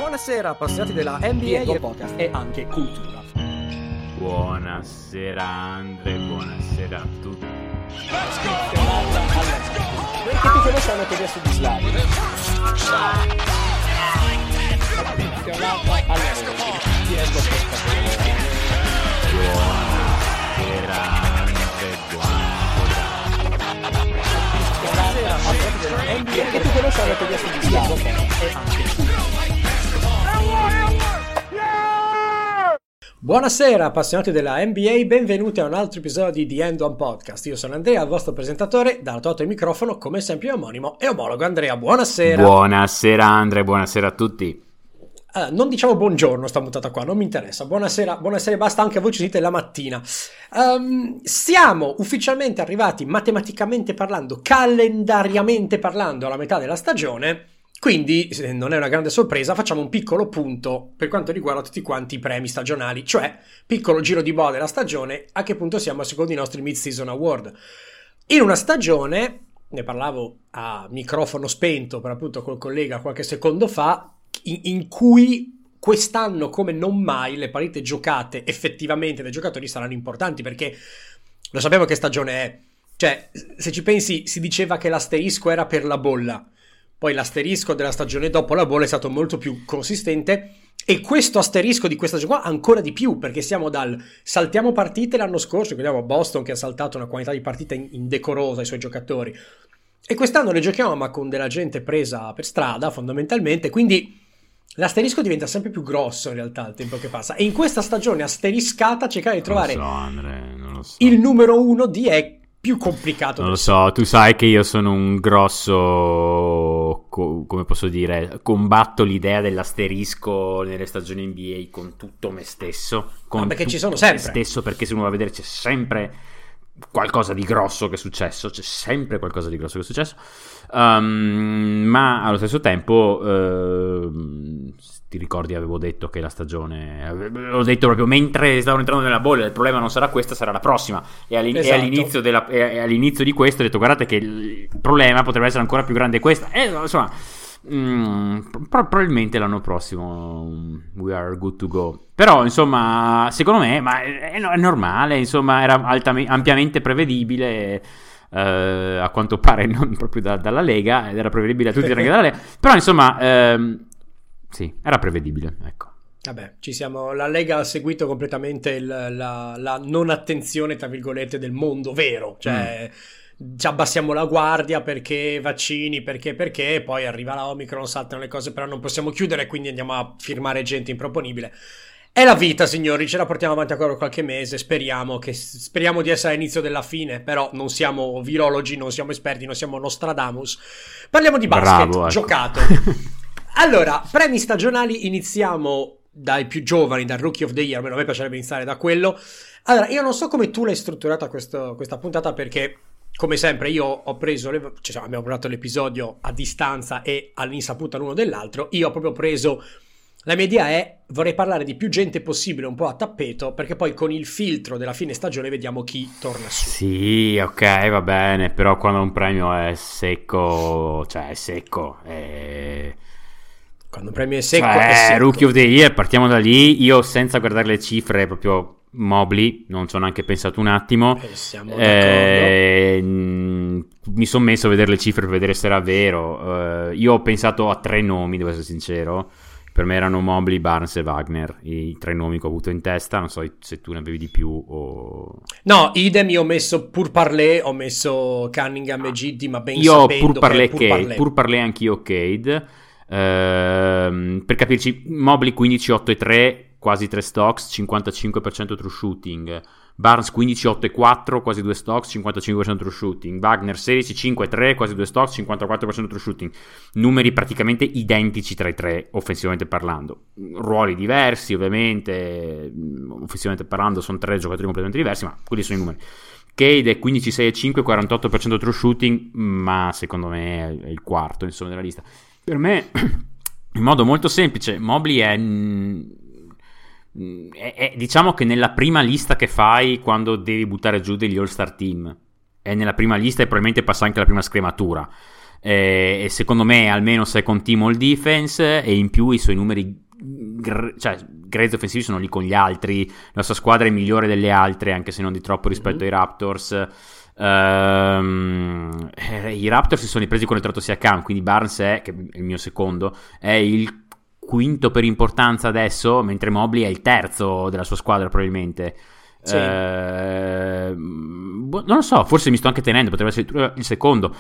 Buonasera appassionati della NBA e podcast e anche cultura. Buonasera Andre, buonasera a tutti. Perché tutti lo sanno che adesso di Slavio. Buonasera Andre, Buonasera appassionati della NBA Perché tutti lo sanno che adesso di Slavio. e anche cultura. Buonasera appassionati della NBA, benvenuti a un altro episodio di The End One Podcast. Io sono Andrea, il vostro presentatore, dall'altro lato del microfono, come sempre omonimo e omologo Andrea. Buonasera. Buonasera Andre, buonasera a tutti. Allora, non diciamo buongiorno sta puntata qua, non mi interessa. Buonasera, basta, anche a voi ci dite la mattina. Siamo ufficialmente arrivati, matematicamente parlando, calendariamente parlando, alla metà della stagione. Quindi, se non è una grande sorpresa, facciamo un piccolo punto per quanto riguarda tutti quanti i premi stagionali, cioè piccolo giro di boa della stagione, a che punto siamo secondo i nostri mid-season award. In una stagione, ne parlavo a microfono spento per appunto col collega qualche secondo fa, in cui quest'anno come non mai le partite giocate effettivamente dai giocatori saranno importanti, perché lo sappiamo che stagione è. Cioè, se ci pensi, si diceva che l'asterisco era per la bolla. Poi l'asterisco della stagione dopo la bolla è stato molto più consistente e questo asterisco di questa stagione qua ancora di più, perché siamo dal saltiamo partite l'anno scorso, vediamo Boston che ha saltato una quantità di partite indecorosa ai suoi giocatori, e quest'anno le giochiamo ma con della gente presa per strada fondamentalmente, quindi l'asterisco diventa sempre più grosso in realtà al tempo che passa, e in questa stagione asteriscata cercare di trovare Non lo so. il numero uno di è più complicato. Non lo so, tu sai che io sono un grosso, come posso dire, combatto l'idea dell'asterisco nelle stagioni NBA con tutto me stesso. Con perché ci sono tutto sempre. me stesso, perché se uno va a vedere c'è sempre qualcosa di grosso che è successo, ma allo stesso tempo ti ricordi avevo detto che la stagione, avevo detto proprio mentre stavano entrando nella bolla, il problema non sarà questa, sarà la prossima, e all'inizio di questo ho detto guardate che il problema potrebbe essere ancora più grande questa, insomma probabilmente l'anno prossimo we are good to go, però insomma secondo me è normale, insomma era ampiamente prevedibile, a quanto pare non proprio dalla Lega, ed era prevedibile a tutti tranne che dalla Lega, però insomma sì, era prevedibile, ecco. Vabbè, la Lega ha seguito completamente la non attenzione, tra virgolette, del mondo vero, cioè ci abbassiamo la guardia perché vaccini, perché poi arriva la Omicron, saltano le cose, però non possiamo chiudere, quindi andiamo a firmare gente improponibile. È la vita, signori, ce la portiamo avanti ancora qualche mese, speriamo di essere all'inizio della fine, però non siamo virologi, non siamo esperti, non siamo Nostradamus. Parliamo di basket. Bravo, ecco. Giocato. Allora, premi stagionali, iniziamo dai più giovani, dal Rookie of the Year, almeno a me piacerebbe iniziare da quello. Allora, io non so come tu l'hai strutturata questa puntata, perché come sempre io ho preso, abbiamo portato l'episodio a distanza e all'insaputa l'uno dell'altro, io ho proprio preso, la mia idea è, vorrei parlare di più gente possibile un po' a tappeto, perché poi con il filtro della fine stagione vediamo chi torna su. Sì, ok, va bene, però quando un premio è secco, cioè è secco, Quando un premio è secco, cioè, è secco. Rookie of the Year, partiamo da lì. Io senza guardare le cifre, proprio Mobley, non ci ho neanche pensato un attimo, Siamo d'accordo. Mi sono messo a vedere le cifre per vedere se era vero. Io ho pensato a 3 nomi, devo essere sincero. Per me erano Mobley, Barnes e Wagner i 3 nomi che ho avuto in testa. Non so se tu ne avevi di più o... No, idem, io ho messo Pur Parlé, ho messo Cunningham e Giddey, ma ben io sapendo Pur Parlé che è Pur Parlé anch'io Cade. Per capirci, Mobley 15-8-3, quasi 3 stocks, 55% true shooting. Barnes 15-8-4, quasi 2 stocks, 55% true shooting. Wagner 16-5-3, quasi 2 stocks, 54% true shooting. Numeri praticamente identici tra i tre, offensivamente parlando. Ruoli diversi, ovviamente. Offensivamente parlando sono 3 giocatori completamente diversi, ma quelli sono i numeri. Cade è 15-6-5, 48% true shooting, ma secondo me è il quarto, insomma, della lista. Per me, in modo molto semplice, Mobley è diciamo che nella prima lista che fai quando devi buttare giù degli All-Star Team, è nella prima lista e probabilmente passa anche la prima scrematura. e secondo me almeno second team all defense, e in più i suoi numeri grezzi offensivi sono lì con gli altri. La sua squadra è migliore delle altre, anche se non di troppo rispetto ai Raptors. I Raptors si sono ripresi con il tratto Siakam, quindi Barnes che è il mio secondo, è il quinto per importanza adesso, mentre Mobley è il terzo della sua squadra probabilmente. Sì. Non lo so, forse mi sto anche tenendo, potrebbe essere il secondo.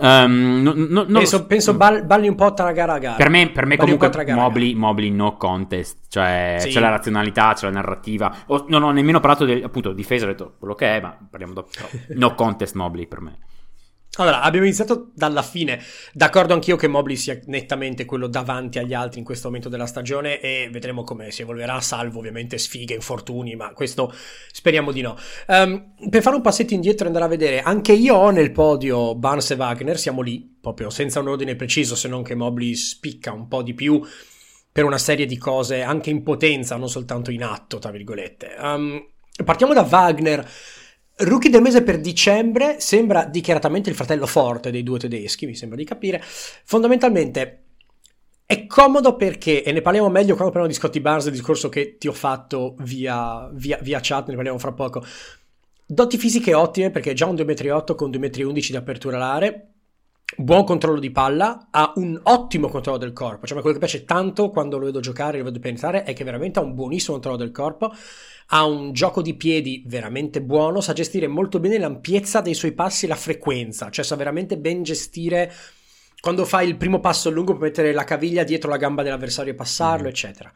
Penso balli un po' tra gara a gara. Per me comunque Mobley Mobley no contest, cioè sì. C'è la razionalità, c'è la narrativa. Non ho nemmeno parlato appunto difesa, ho detto quello che è, ma parliamo dopo. No contest Mobley per me. Allora, abbiamo iniziato dalla fine. D'accordo anch'io che Mobley sia nettamente quello davanti agli altri in questo momento della stagione, e vedremo come si evolverà, salvo ovviamente sfighe, infortuni, ma questo speriamo di no. Per fare un passetto indietro e andare a vedere, anche io ho nel podio Barnes e Wagner, siamo lì, proprio senza un ordine preciso, se non che Mobley spicca un po' di più per una serie di cose, anche in potenza, non soltanto in atto, tra virgolette. Partiamo da Wagner. Rookie del mese per dicembre, sembra dichiaratamente il fratello forte dei due tedeschi, mi sembra di capire. Fondamentalmente è comodo perché, e ne parliamo meglio quando parliamo di Scottie Barnes, il discorso che ti ho fatto via chat, ne parliamo fra poco. Doti fisiche ottime, perché è già un 2,8 m con 2,11 m di apertura alare, buon controllo di palla, ha un ottimo controllo del corpo, cioè quello che piace tanto quando lo vedo giocare, lo vedo penetrare, è che veramente ha un buonissimo controllo del corpo, ha un gioco di piedi veramente buono, sa gestire molto bene l'ampiezza dei suoi passi e la frequenza, cioè sa veramente ben gestire quando fa il primo passo lungo, può mettere la caviglia dietro la gamba dell'avversario e passarlo, eccetera.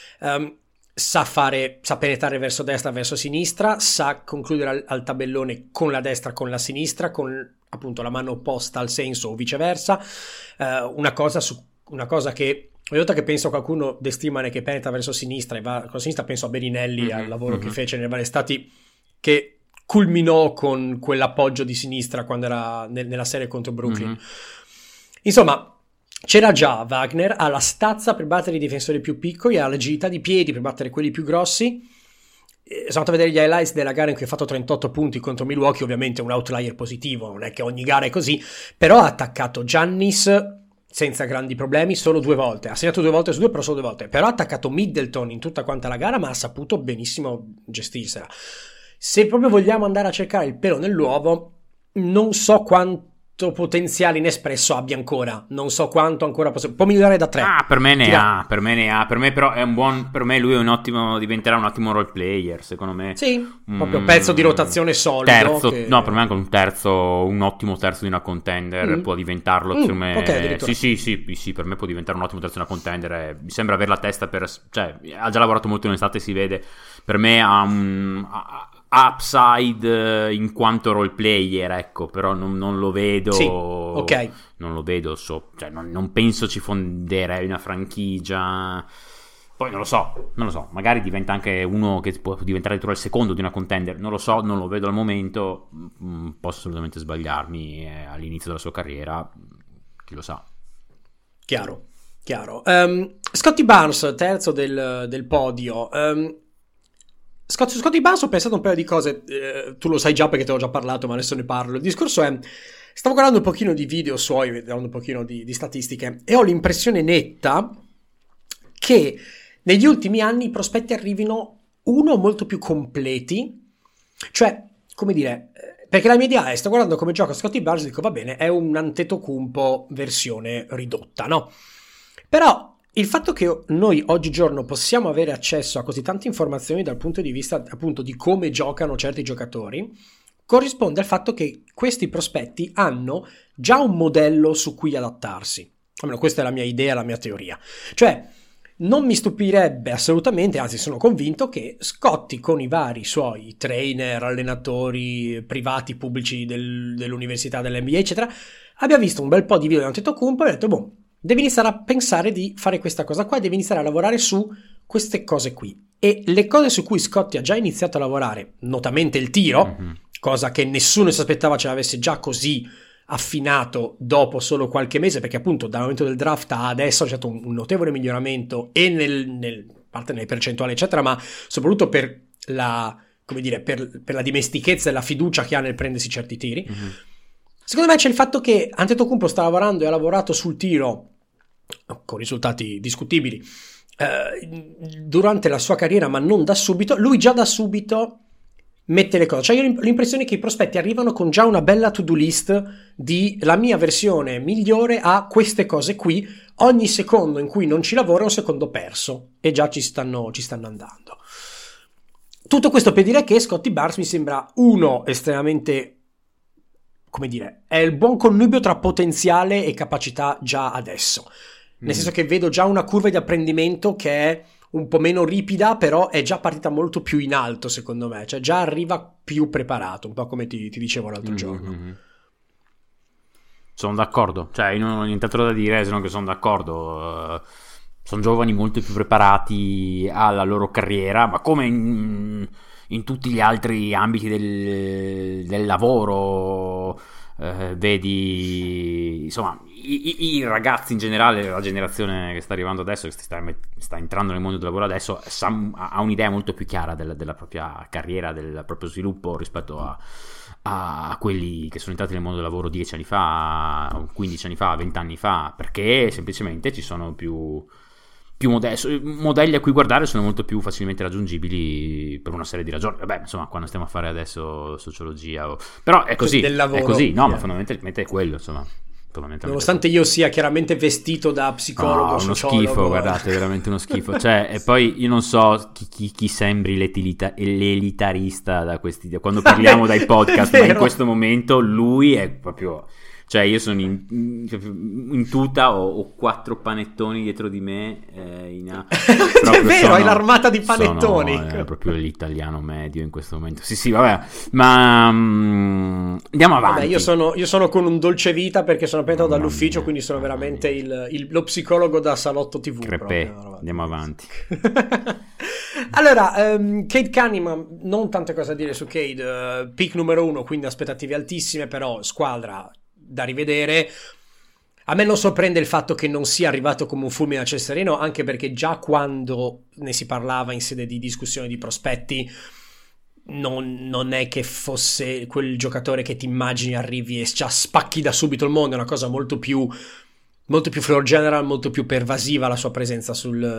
Sa penetrare verso destra, verso sinistra, sa concludere al tabellone con la destra, con la sinistra, con appunto la mano opposta al senso o viceversa. Una cosa che ogni volta che penso a qualcuno d'Estimane che penetra verso sinistra e va con la sinistra, penso a Berinelli, al lavoro che fece nelle varie estati, che culminò con quell'appoggio di sinistra quando era nella serie contro Brooklyn. Insomma, c'era già Wagner, ha la stazza per battere i difensori più piccoli, ha l'agilità di piedi per battere quelli più grossi. Sono andato a vedere gli highlights della gara in cui ha fatto 38 punti contro Milwaukee, ovviamente un outlier positivo, non è che ogni gara è così, però ha attaccato Giannis senza grandi problemi, solo 2 volte, ha segnato 2 volte su 2, però solo 2 volte, però ha attaccato Middleton in tutta quanta la gara, ma ha saputo benissimo gestirsela. Se proprio vogliamo andare a cercare il pelo nell'uovo, non so quanto potenziale inespresso abbia ancora, non so quanto ancora può migliorare da 3. Per me ne ha, per me però è un buon, per me lui è un ottimo, diventerà un ottimo role player, secondo me. Sì, proprio pezzo di rotazione solido. Terzo, no, per me anche un ottimo terzo di una contender può diventarlo, secondo me. Okay, sì, per me può diventare un ottimo terzo di una contender, mi sembra avere la testa cioè, ha già lavorato molto in estate, si vede. Per me ha un upside in quanto role player, ecco, però non lo vedo. Sì, ok. Non lo vedo, cioè non penso ci fonderei una franchigia. Poi non lo so, magari diventa anche uno che può diventare addirittura il secondo di una contender, non lo so, non lo vedo al momento, posso assolutamente sbagliarmi all'inizio della sua carriera, chi lo sa. Chiaro. Scottie Barnes, terzo del podio. Scottie Barnes ho pensato un paio di cose, tu lo sai già perché te l'ho già parlato, ma adesso ne parlo. Il discorso è, stavo guardando un pochino di video suoi, vedendo un pochino di statistiche, e ho l'impressione netta che negli ultimi anni i prospetti arrivino molto più completi, cioè, come dire, perché la mia idea è, sto guardando come gioca Scottie Barnes e dico, va bene, è un Antetokounmpo versione ridotta, no? Però il fatto che noi oggigiorno possiamo avere accesso a così tante informazioni dal punto di vista appunto di come giocano certi giocatori corrisponde al fatto che questi prospetti hanno già un modello su cui adattarsi. Almeno questa è la mia idea, la mia teoria. Cioè, non mi stupirebbe assolutamente, anzi sono convinto che Scottie con i vari suoi trainer, allenatori privati, pubblici dell'università, dell'NBA, eccetera, abbia visto un bel po' di video di Antetokounmpo e ha detto, boh, devi iniziare a pensare di fare questa cosa qua, devi iniziare a lavorare su queste cose qui. E le cose su cui Scottie ha già iniziato a lavorare, notamente il tiro, cosa che nessuno si aspettava ce l'avesse già così affinato dopo solo qualche mese, perché appunto dal momento del draft a adesso c'è stato un notevole miglioramento e parte nelle percentuali eccetera, ma soprattutto per la, come dire, per la dimestichezza e la fiducia che ha nel prendersi certi tiri. Secondo me c'è il fatto che Antetokounmpo sta lavorando e ha lavorato sul tiro con risultati discutibili durante la sua carriera, ma non da subito. Lui già da subito mette le cose, cioè io ho l'impressione che i prospetti arrivano con già una bella to-do list di la mia versione migliore a queste cose qui, ogni secondo in cui non ci lavoro è un secondo perso, e già ci stanno andando. Tutto questo per dire che Scottie Barnes mi sembra uno estremamente, come dire, è il buon connubio tra potenziale e capacità già adesso, nel senso che vedo già una curva di apprendimento che è un po' meno ripida, però è già partita molto più in alto, secondo me, cioè già arriva più preparato, un po' come ti dicevo l'altro giorno. Sono d'accordo, cioè io non ho nient'altro da dire, se non che sono d'accordo. Sono giovani molto più preparati alla loro carriera, ma come in tutti gli altri ambiti del lavoro, vedi, insomma, i ragazzi in generale, la generazione che sta arrivando adesso, che sta entrando nel mondo del lavoro adesso, ha un'idea molto più chiara della propria carriera, del proprio sviluppo rispetto a quelli che sono entrati nel mondo del lavoro 10 anni fa, 15 anni fa, 20 anni fa, perché semplicemente ci sono più modelli a cui guardare, sono molto più facilmente raggiungibili per una serie di ragioni. Vabbè, insomma, quando stiamo a fare adesso sociologia però è così, è così, no, ma fondamentalmente è quello, insomma. Nonostante io sia chiaramente vestito da psicologo, uno schifo, guardate, è veramente uno schifo. Cioè, e poi io non so chi sembri l'elitarista da quando parliamo dai podcast, ma in questo momento lui è proprio, cioè io sono in tuta, ho 4 panettoni dietro di me, è vero, hai l'armata di panettoni, è proprio l'italiano medio in questo momento. Sì, vabbè, ma andiamo avanti. Vabbè, io sono con un dolce vita perché sono appena dall'ufficio, quindi sono veramente lo psicologo da salotto TV. Crepè, andiamo avanti. Allora, Cade Cunningham, non tante cose da dire su Cade, pick numero 1, quindi aspettative altissime, però squadra da rivedere. A me non sorprende il fatto che non sia arrivato come un fulmine a ciel sereno, anche perché già quando ne si parlava in sede di discussione di prospetti non è che fosse quel giocatore che ti immagini arrivi e già spacchi da subito il mondo. È una cosa molto più floor general, molto più pervasiva la sua presenza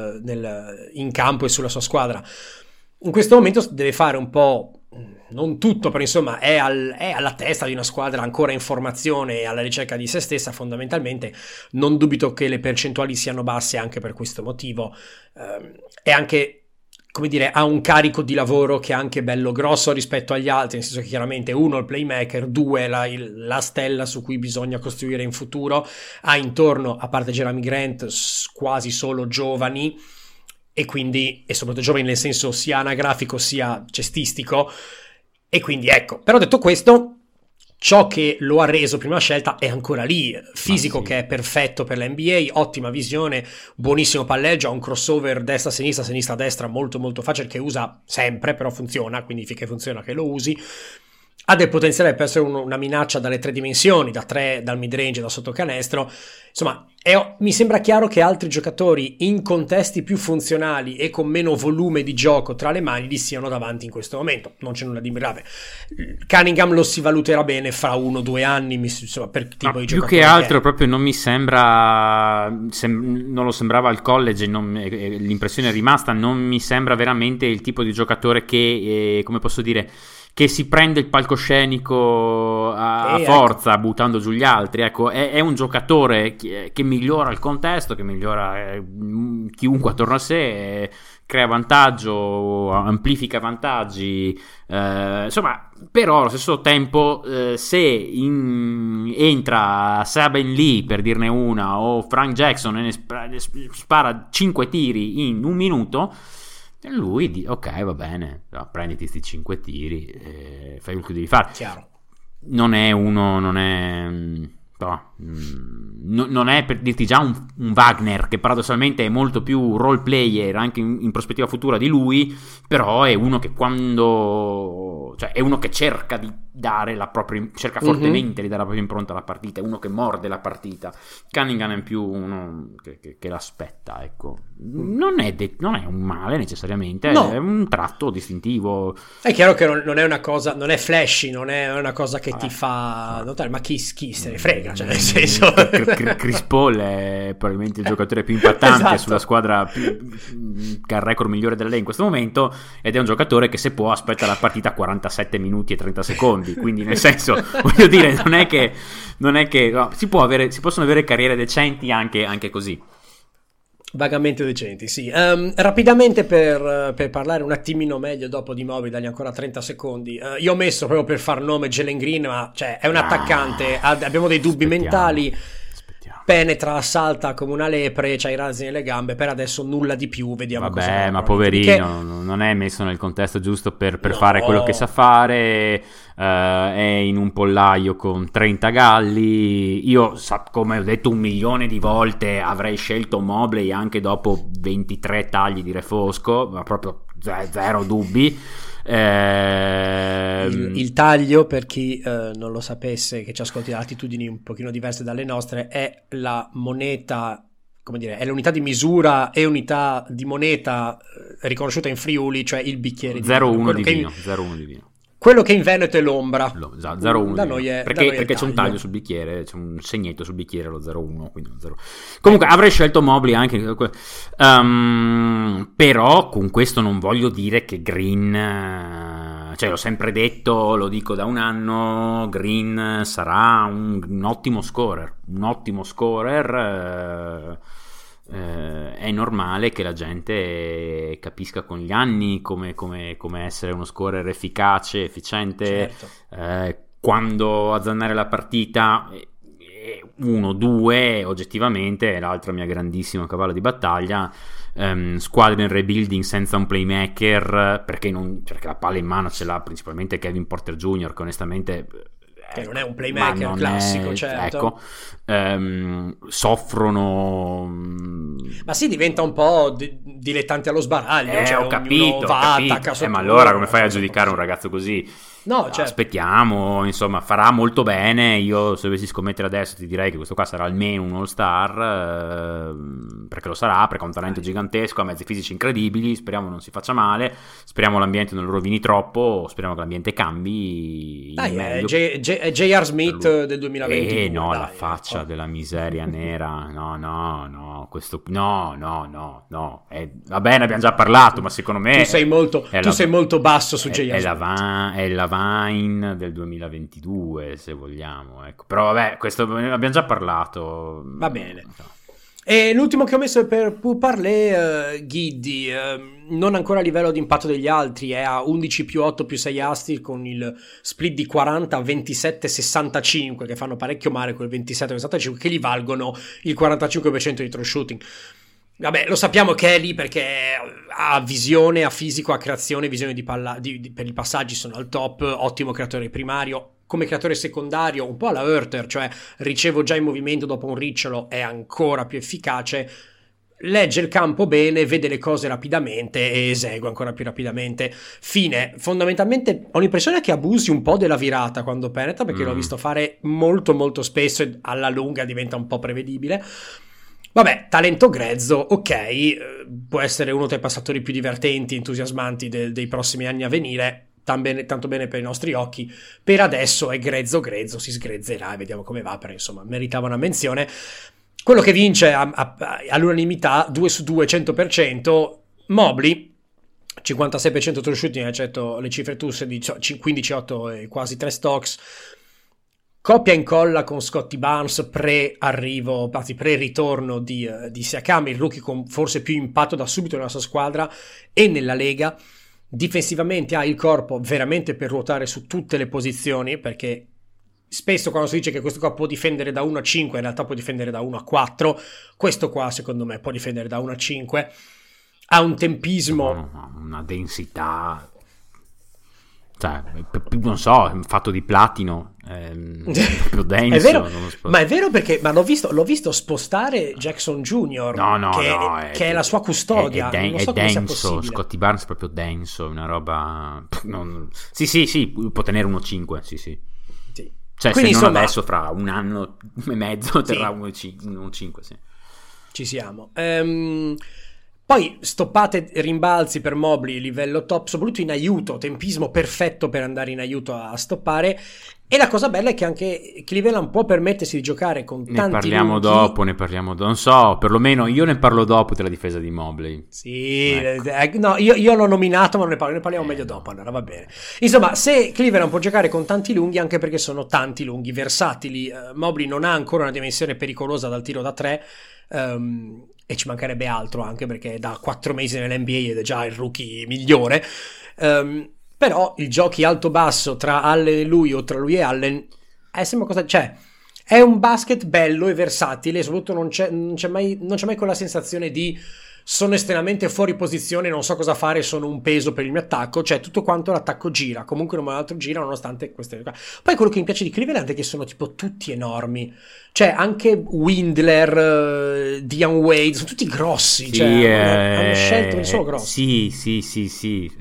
in campo e sulla sua squadra. In questo momento deve fare un po', non tutto, però insomma è alla testa di una squadra ancora in formazione e alla ricerca di se stessa fondamentalmente. Non dubito che le percentuali siano basse anche per questo motivo, e anche, come dire, ha un carico di lavoro che è anche bello grosso rispetto agli altri, nel senso che chiaramente 1 il playmaker, 2 la stella su cui bisogna costruire in futuro, ha intorno, a parte Jeremy Grant, quasi solo giovani, e quindi, e soprattutto giovani nel senso sia anagrafico sia cestistico, e quindi ecco. Però detto questo, ciò che lo ha reso prima scelta è ancora lì: fisico, sì, che è perfetto per la NBA, ottima visione, buonissimo palleggio, ha un crossover destra-sinistra, sinistra-destra molto molto facile, che usa sempre, però funziona, quindi finché funziona che lo usi. Ha del potenziale per essere una minaccia dalle 3 dimensioni, da 3, dal mid-range, da sotto canestro. Insomma, mi sembra chiaro che altri giocatori in contesti più funzionali e con meno volume di gioco tra le mani gli siano davanti in questo momento. Non c'è nulla di grave. Cunningham lo si valuterà bene fra 1 o 2 anni, insomma, per tipo di più che altro proprio non mi sembra, non lo sembrava al college, l'impressione è rimasta, non mi sembra veramente il tipo di giocatore che, come posso dire, che si prende il palcoscenico a forza, ecco, buttando giù gli altri. Ecco, è un giocatore che migliora il contesto, che migliora chiunque attorno a sé, crea vantaggio, amplifica vantaggi, insomma. Però allo stesso tempo, se entra Saben Lee, per dirne una, o Frank Jackson e ne spara 5 tiri in 1 minuto, lui ok, va bene, prenditi sti 5 tiri, fai quello che devi fare. Chiaro. Non è non è, per dirti, già un Wagner che paradossalmente è molto più role player anche in prospettiva futura di lui, però è uno che cioè è uno che cerca di dare la propria, cerca fortemente di dare la propria impronta alla partita, è uno che morde la partita. Cunningham è più uno che l'aspetta, ecco. Non è un male necessariamente, no. È un tratto distintivo. È chiaro che non è una cosa, non è flashy, non è una cosa che ti fa notare, ma chi se ne frega, cioè nel senso. Chris Paul è probabilmente il giocatore più impattante esatto. sulla squadra che ha il record migliore della Lega in questo momento, ed è un giocatore che, se può, aspetta la partita 47 minuti e 30 secondi, quindi nel senso, voglio dire, non è che no, si possono avere carriere decenti anche così. Vagamente decenti, sì. Rapidamente per parlare un attimino meglio dopo di Mobley, dagli ancora 30 secondi. Io ho messo proprio per far nome Jalen Green, ma cioè è un attaccante, abbiamo dei dubbi mentali. Penetra, salta come una lepre, c'ha i razzi nelle gambe, per adesso nulla di più, vediamo. Vabbè, ma poverino, non è messo nel contesto giusto per fare quello che sa fare, è in un pollaio con 30 galli. Io, come ho detto 1 milione di volte, avrei scelto Mobley anche dopo 23 tagli di Refosco, ma proprio zero dubbi. Il taglio, per chi non lo sapesse, che ci ascolti da attitudini un pochino diverse dalle nostre, è la moneta, come dire, è l'unità di misura e unità di moneta riconosciuta in Friuli, cioè il bicchiere di 0,1 di vino. 0,1 di vino. Quello che in Veneto è l'ombra. 0,1 da noi è, perché c'è un taglio sul bicchiere, c'è un segnetto sul bicchiere, lo 0,1, quindi 0. Comunque avrei scelto Mobley anche, però con questo non voglio dire che Green, cioè l'ho sempre detto, lo dico da un anno, Green sarà un ottimo scorer, è normale che la gente capisca con gli anni come essere uno scorer efficace, efficiente, certo. Quando azzannare la partita, 1-2 oggettivamente è l'altra mia grandissima cavallo di battaglia. Squadre in rebuilding senza un playmaker, perché la palla in mano ce l'ha principalmente Kevin Porter Jr., che onestamente, che non è un playmaker classico, certo. Ecco, soffrono. Ma sì, diventa un po' dilettante allo sbaraglio. Cioè ho capito. Ma allora come fai a giudicare un ragazzo così? No, certo. Aspettiamo, insomma, farà molto bene. Io, se dovessi scommettere adesso, ti direi che questo qua sarà almeno un all-star, perché lo sarà, perché ha un talento gigantesco, ha mezzi fisici incredibili. Speriamo non si faccia male, speriamo l'ambiente non lo rovini troppo, speriamo che l'ambiente cambi. Dai, è J.R. Smith del 2022. No, la faccia della miseria nera. No, questo no. Vabbè, ne abbiamo già parlato, ma secondo me tu sei molto basso su J.R. Smith. È la Vine del 2022, se vogliamo, ecco. Però vabbè, questo abbiamo già parlato. Va bene. E l'ultimo che ho messo per parler, Giddey, non ancora a livello di impatto degli altri, è a 11 più 8 più 6 asti, con il split di 40 27 65, che fanno parecchio male quel 27 65, che gli valgono il 45% di true shooting. Vabbè, lo sappiamo che è lì perché ha visione, ha fisico, ha creazione, visione di palla, per i passaggi sono al top, ottimo creatore primario. Come creatore secondario, un po' alla Hurter, cioè ricevo già in movimento dopo un ricciolo, è ancora più efficace, legge il campo bene, vede le cose rapidamente e esegue ancora più rapidamente. Fine. Fondamentalmente ho l'impressione che abusi un po' della virata quando penetra, perché l'ho visto fare molto molto spesso e alla lunga diventa un po' prevedibile. Vabbè, talento grezzo, ok, può essere uno dei passatori più divertenti, entusiasmanti dei prossimi anni a venire, tanto bene per i nostri occhi. Per adesso è grezzo, si sgrezzerà e vediamo come va, però insomma meritava una menzione. Quello che vince all'unanimità, 2 su 2, 100%, Mobley, 56% true shooting, eccetto le cifre tusse di 15-8 e quasi 3 stocks. Coppia e incolla con Scottie Barnes pre-ritorno di Siakam, il rookie con forse più impatto da subito nella sua squadra e nella Lega. Difensivamente ha il corpo veramente per ruotare su tutte le posizioni, perché spesso quando si dice che questo qua può difendere da 1 a 5, in realtà può difendere da 1 a 4. Questo qua secondo me può difendere da 1 a 5. Ha un tempismo, una densità cioè, non so, fatto di platino, proprio denso. È vero, ma è vero perché l'ho visto spostare Jackson Jr. che è la sua custodia. Non so come sia denso, possibile. Scottie Barnes è proprio denso, una roba... Sì, può tenere 1,5, sì. Cioè, quindi, se non insomma, adesso, fra un anno e mezzo terrà 1,5, sì. Ci siamo. Poi stoppate rimbalzi per Mobley, livello top, soprattutto in aiuto, tempismo perfetto per andare in aiuto a stoppare. E la cosa bella è che anche Cleveland può permettersi di giocare con tanti ne parliamo dopo. Non so, perlomeno io ne parlo dopo della difesa di Mobley. Sì, ecco. No, io l'ho nominato, ma ne parliamo meglio dopo, allora va bene. Insomma, se Cleveland può giocare con tanti lunghi, anche perché sono tanti lunghi, versatili, Mobley non ha ancora una dimensione pericolosa dal tiro da 3, e ci mancherebbe altro, anche perché è da 4 mesi nell'NBA ed è già il rookie migliore, però i giochi alto-basso tra Allen e lui o tra lui e Allen è sempre cosa, cioè è un basket bello e versatile, soprattutto non c'è mai quella sensazione di sono estremamente fuori posizione, non so cosa fare, sono un peso per il mio attacco, cioè tutto quanto l'attacco gira, comunque non l'altro gira nonostante queste cose. Poi quello che mi piace di Cleveland è che sono tipo tutti enormi, cioè anche Windler, Dion Wade, sono tutti grossi, sì, cioè hanno scelto che sono grossi. Sì.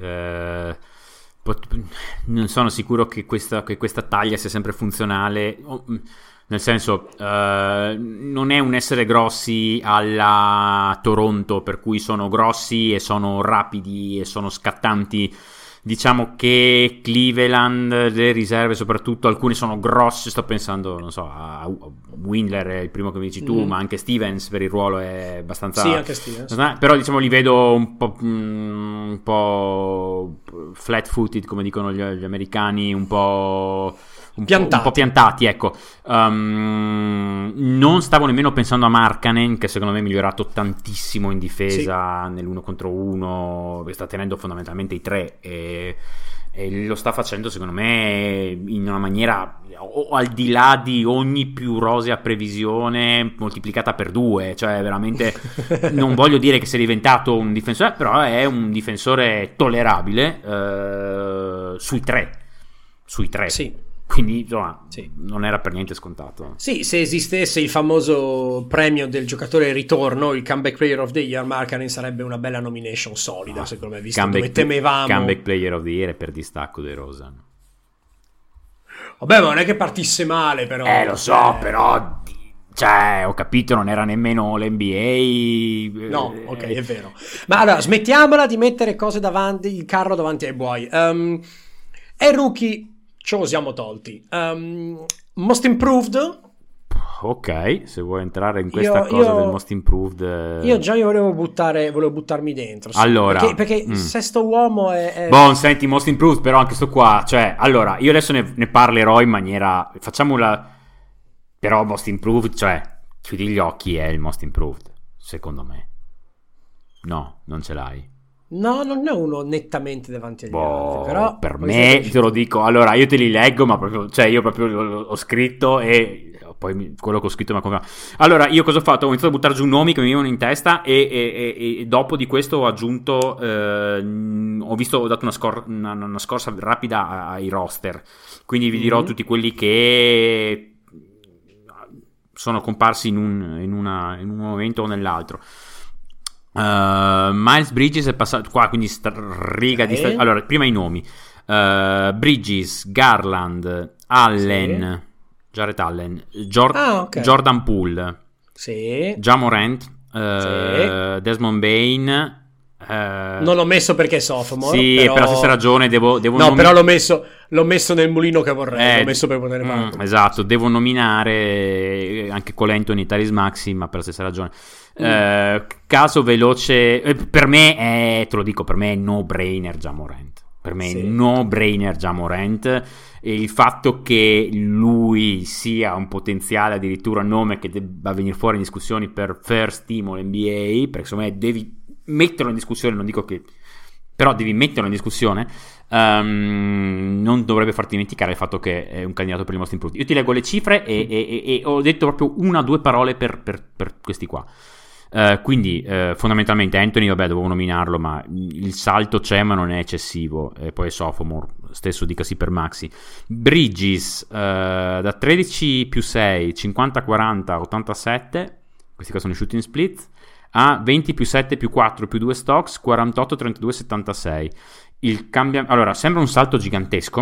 Non sono sicuro che questa taglia sia sempre funzionale, nel senso, non è un essere grossi alla Toronto, per cui sono grossi e sono rapidi e sono scattanti. Diciamo che Cleveland, le riserve soprattutto, alcuni sono grossi, sto pensando, non so, a Windler è il primo che mi dici tu, ma anche Stevens per il ruolo è abbastanza... Sì, anche Stevens. Però diciamo li vedo un po' flat-footed, come dicono gli americani, un po' piantati, ecco. Non stavo nemmeno pensando a Markkanen, che secondo me è migliorato tantissimo in difesa, sì, nell'1 contro 1, sta tenendo fondamentalmente i 3 e lo sta facendo secondo me in una maniera al di là di ogni più rosea previsione moltiplicata per 2, cioè veramente non voglio dire che sia diventato un difensore, però è un difensore tollerabile sui 3, sì. Quindi insomma, sì, non era per niente scontato. Sì, se esistesse il famoso premio del giocatore ritorno, il Comeback Player of the Year, Markkanen sarebbe una bella nomination solida, secondo me, visto dove temevamo. Comeback Player of the Year è per distacco dei Rosen. Vabbè, ma non è che partisse male, però. Lo so, però... Cioè, ho capito, non era nemmeno l'NBA. No, ok, è vero. Ma allora, smettiamola di mettere cose davanti, il carro davanti ai buoi. È rookie... Ce lo siamo tolti. Most Improved. Ok, se vuoi entrare in questa cosa del Most Improved. Io volevo buttarmi dentro. Sì, allora, perché sesto uomo è... Bon, senti, Most Improved, però anche sto qua. Cioè, allora, io adesso ne parlerò in maniera... Facciamola... Però Most Improved, cioè, chiudi gli occhi, è il Most Improved, secondo me. No, non ce l'hai. No, non è uno nettamente davanti agli altri, però per me, te lo dico, allora io te li leggo, ma proprio, cioè io proprio l'ho scritto e poi quello che ho scritto mi ha confermato. Allora, io cosa ho fatto? Ho iniziato a buttare giù nomi che mi venivano in testa e dopo di questo ho aggiunto, ho dato una scorsa rapida ai roster, quindi vi dirò tutti quelli che sono comparsi in un momento o nell'altro. Miles Bridges è passato qua, quindi riga di allora prima i nomi: Bridges, Garland, Allen, Jarrett Allen, Jordan Poole, Ja Morant, Desmond Bain. Non l'ho messo perché è sophomore. Sì, però... per la stessa ragione devo però l'ho messo nel mulino che vorrei. L'ho messo per poter fare. Esatto, devo nominare anche Cole Anthony, Tyrese Maxey, ma per la stessa ragione. Caso veloce, per me te lo dico, per me è no brainer Ja Morant. Per me è no brainer Ja Morant. E il fatto che lui sia un potenziale addirittura nome che debba venire fuori in discussioni per first team o NBA, perché secondo me devi metterlo in discussione, non dico che, però devi metterlo in discussione. Non dovrebbe farti dimenticare il fatto che è un candidato per il Most Improved. Io ti leggo le cifre e ho detto proprio 1 o 2 parole per questi qua. Quindi fondamentalmente Anthony, vabbè, dovevo nominarlo, ma il salto c'è ma non è eccessivo, e poi sophomore, stesso dicasi per Maxi. Bridges da 13 più 6, 50-40, 87, questi qua sono i shooting split, a 20 più 7 più 4 più 2 stocks, 48, 32, 76. Allora, sembra un salto gigantesco.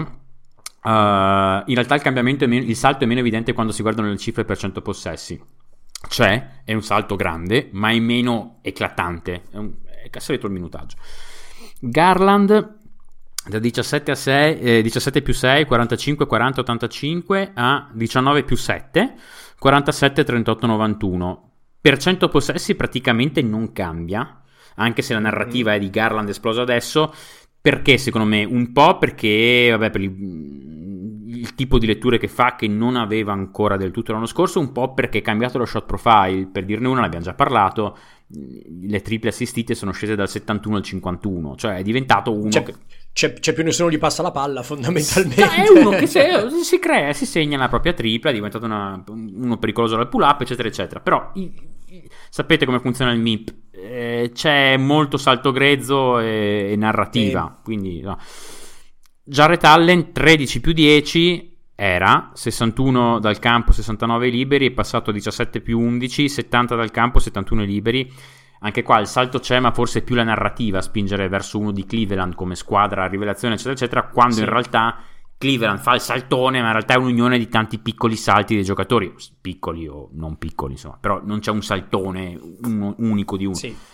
In realtà il salto è meno evidente quando si guardano le cifre per 100 possessi. È un salto grande, ma è meno eclatante. È salito il minutaggio. Garland da 17 a 6, 17 più 6, 45, 40, 85 a 19 più 7, 47, 38, 91. Per 100 possessi praticamente non cambia, anche se la narrativa è di Garland esploso adesso. Perché secondo me? Un po' perché vabbè, per il tipo di letture che fa, che non aveva ancora del tutto l'anno scorso, un po' perché è cambiato lo shot profile. Per dirne una, l'abbiamo già parlato, le triple assistite sono scese dal 71 al 51, cioè è diventato uno c'è più nessuno gli passa la palla fondamentalmente. È uno che si crea, si segna la propria tripla, è diventato uno pericoloso dal pull up, eccetera eccetera. Però sapete come funziona il MIP, c'è molto salto grezzo e narrativa, quindi no. Jarrett Allen 13 più 10 era 61 dal campo, 69 liberi, è passato a 17 più 11, 70 dal campo, 71 liberi. Anche qua il salto c'è, ma forse è più la narrativa a spingere verso uno di Cleveland come squadra a rivelazione, eccetera eccetera, quando in realtà Cleveland fa il saltone, ma in realtà è un'unione di tanti piccoli salti dei giocatori, piccoli o non piccoli, insomma, però non c'è un saltone unico di uno.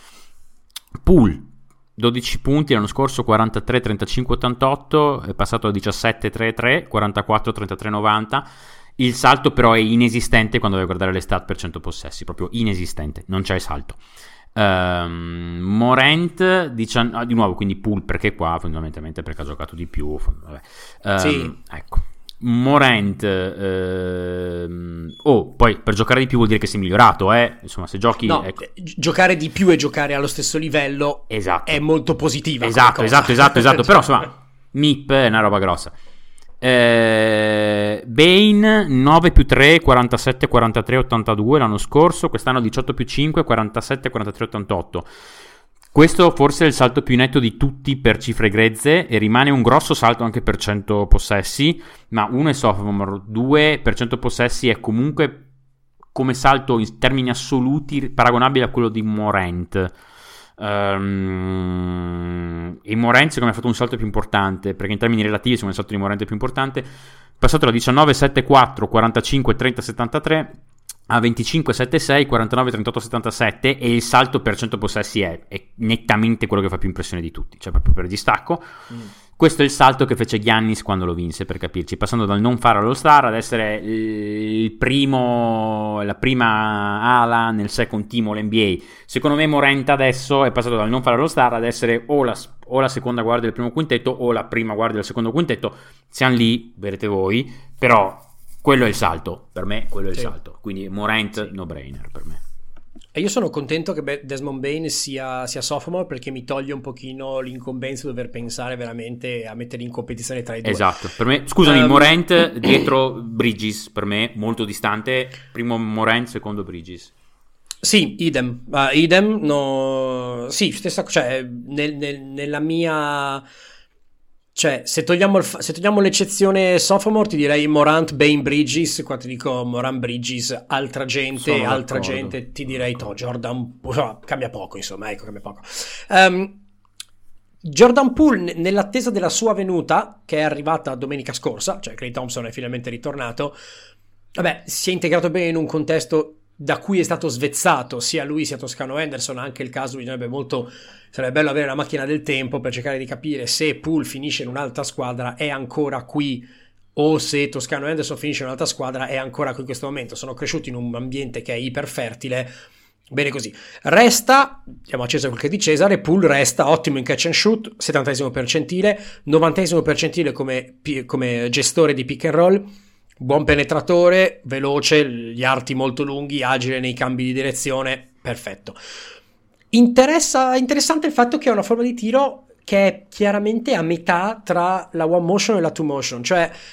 Poole 12 punti l'anno scorso, 43, 35, 88, è passato a 17, 3, 3, 44, 33, 90. Il salto però è inesistente quando vai a guardare le stat per 100 possessi, proprio inesistente, non c'è salto. Morant di nuovo, quindi Poole perché qua fondamentalmente perché ha giocato di più, ecco. Morant poi per giocare di più vuol dire che sei migliorato, insomma, se giochi giocare di più e giocare allo stesso livello è molto positiva, esatto però insomma MIP è una roba grossa. Bane 9 più 3, 47, 43, 82 l'anno scorso, quest'anno 18 più 5, 47, 43, 88. Questo forse è il salto più netto di tutti per cifre grezze, e rimane un grosso salto anche per 100 possessi, ma uno è sophomore, 2 per 100 possessi è comunque come salto in termini assoluti paragonabile a quello di Morant. E Morant secondo me ha fatto un salto più importante, perché in termini relativi secondo me il salto di Morant è più importante, passato da 19, 7, 4, 45, 30, 73 a 25, 7, 6, 49, 38, 77, e il salto per 100 possessi è nettamente quello che fa più impressione di tutti, cioè proprio per distacco. Questo è il salto che fece Giannis quando lo vinse, per capirci, passando dal non fare all'All-Star ad essere la prima ala nel second team All-NBA. Secondo me Morant adesso è passato dal non fare all'All-Star ad essere o la seconda guardia del primo quintetto o la prima guardia del secondo quintetto. Siamo lì, vedrete voi, però quello è il salto, per me quello è il salto, quindi Morant no brainer per me. E io sono contento che Desmond Bane sia sophomore, perché mi toglie un pochino l'incombenza di dover pensare veramente a mettere in competizione tra i due. Esatto, per me, scusami, Morant dietro Bridges, per me molto distante, primo Morant, secondo Bridges. Sì, idem, no, sì, stessa, cioè nella mia... Cioè, se togliamo l'eccezione sophomore, ti direi Morant, Bane, Bridges. Qua ti dico Morant, Bridges, altra gente, ti direi Jordan, cambia poco, insomma, cambia poco. Jordan Poole, nell'attesa della sua venuta, che è arrivata domenica scorsa, cioè Klay Thompson è finalmente ritornato, si è integrato bene in un contesto da cui è stato svezzato sia lui sia Toscano Anderson. Anche il caso sarebbe bello avere la macchina del tempo per cercare di capire se Poole finisce in un'altra squadra è ancora qui, o se Toscano Anderson finisce in un'altra squadra è ancora qui in questo momento. Sono cresciuti in un ambiente che è iperfertile, bene così. Resta, diamo a Cesare quel che è di Cesare, Poole resta ottimo in catch and shoot, 70° percentile, 90° percentile come gestore di pick and roll, buon penetratore, veloce, gli arti molto lunghi, agile nei cambi di direzione, perfetto. Interessante il fatto che è una forma di tiro che è chiaramente a metà tra la one motion e la two motion, cioè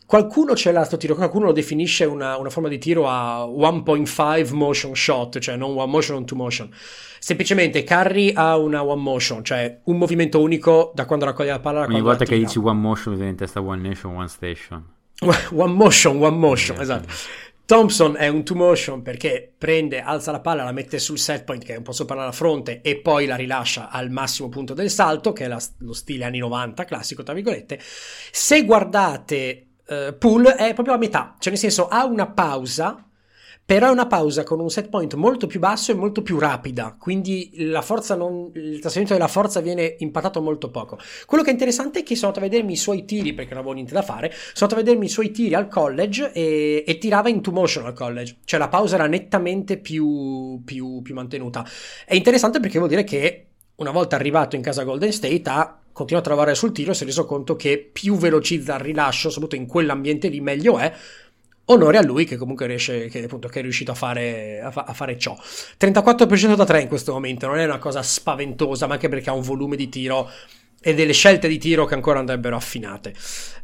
qualcuno ce l'ha sto tiro, qualcuno lo definisce una forma di tiro a 1.5 motion shot, cioè non one motion, non two motion. Semplicemente Curry ha una one motion, cioè un movimento unico da quando raccoglie la palla. Ogni volta che dici one motion mi viene in testa one nation, one station. One motion, esatto. Thompson è un two motion perché prende, alza la palla, la mette sul set point che è un po' sopra la fronte e poi la rilascia al massimo punto del salto, che è lo stile anni 90 classico tra virgolette. Se guardate Poole è proprio a metà, cioè nel senso ha una pausa, però è una pausa con un set point molto più basso e molto più rapida, quindi il trasferimento della forza viene impattato molto poco. Quello che è interessante è che sono andato a vedermi i suoi tiri, perché non avevo niente da fare, sono andato a vedermi i suoi tiri al college e tirava in two motion al college, cioè la pausa era nettamente più mantenuta. È interessante perché vuol dire che una volta arrivato in casa Golden State continua a trovare sul tiro e si è reso conto che più velocizza il rilascio, soprattutto in quell'ambiente lì, meglio è. Onore a lui che comunque che è riuscito a fare ciò. 34% da 3 in questo momento, non è una cosa spaventosa, ma anche perché ha un volume di tiro e delle scelte di tiro che ancora andrebbero affinate.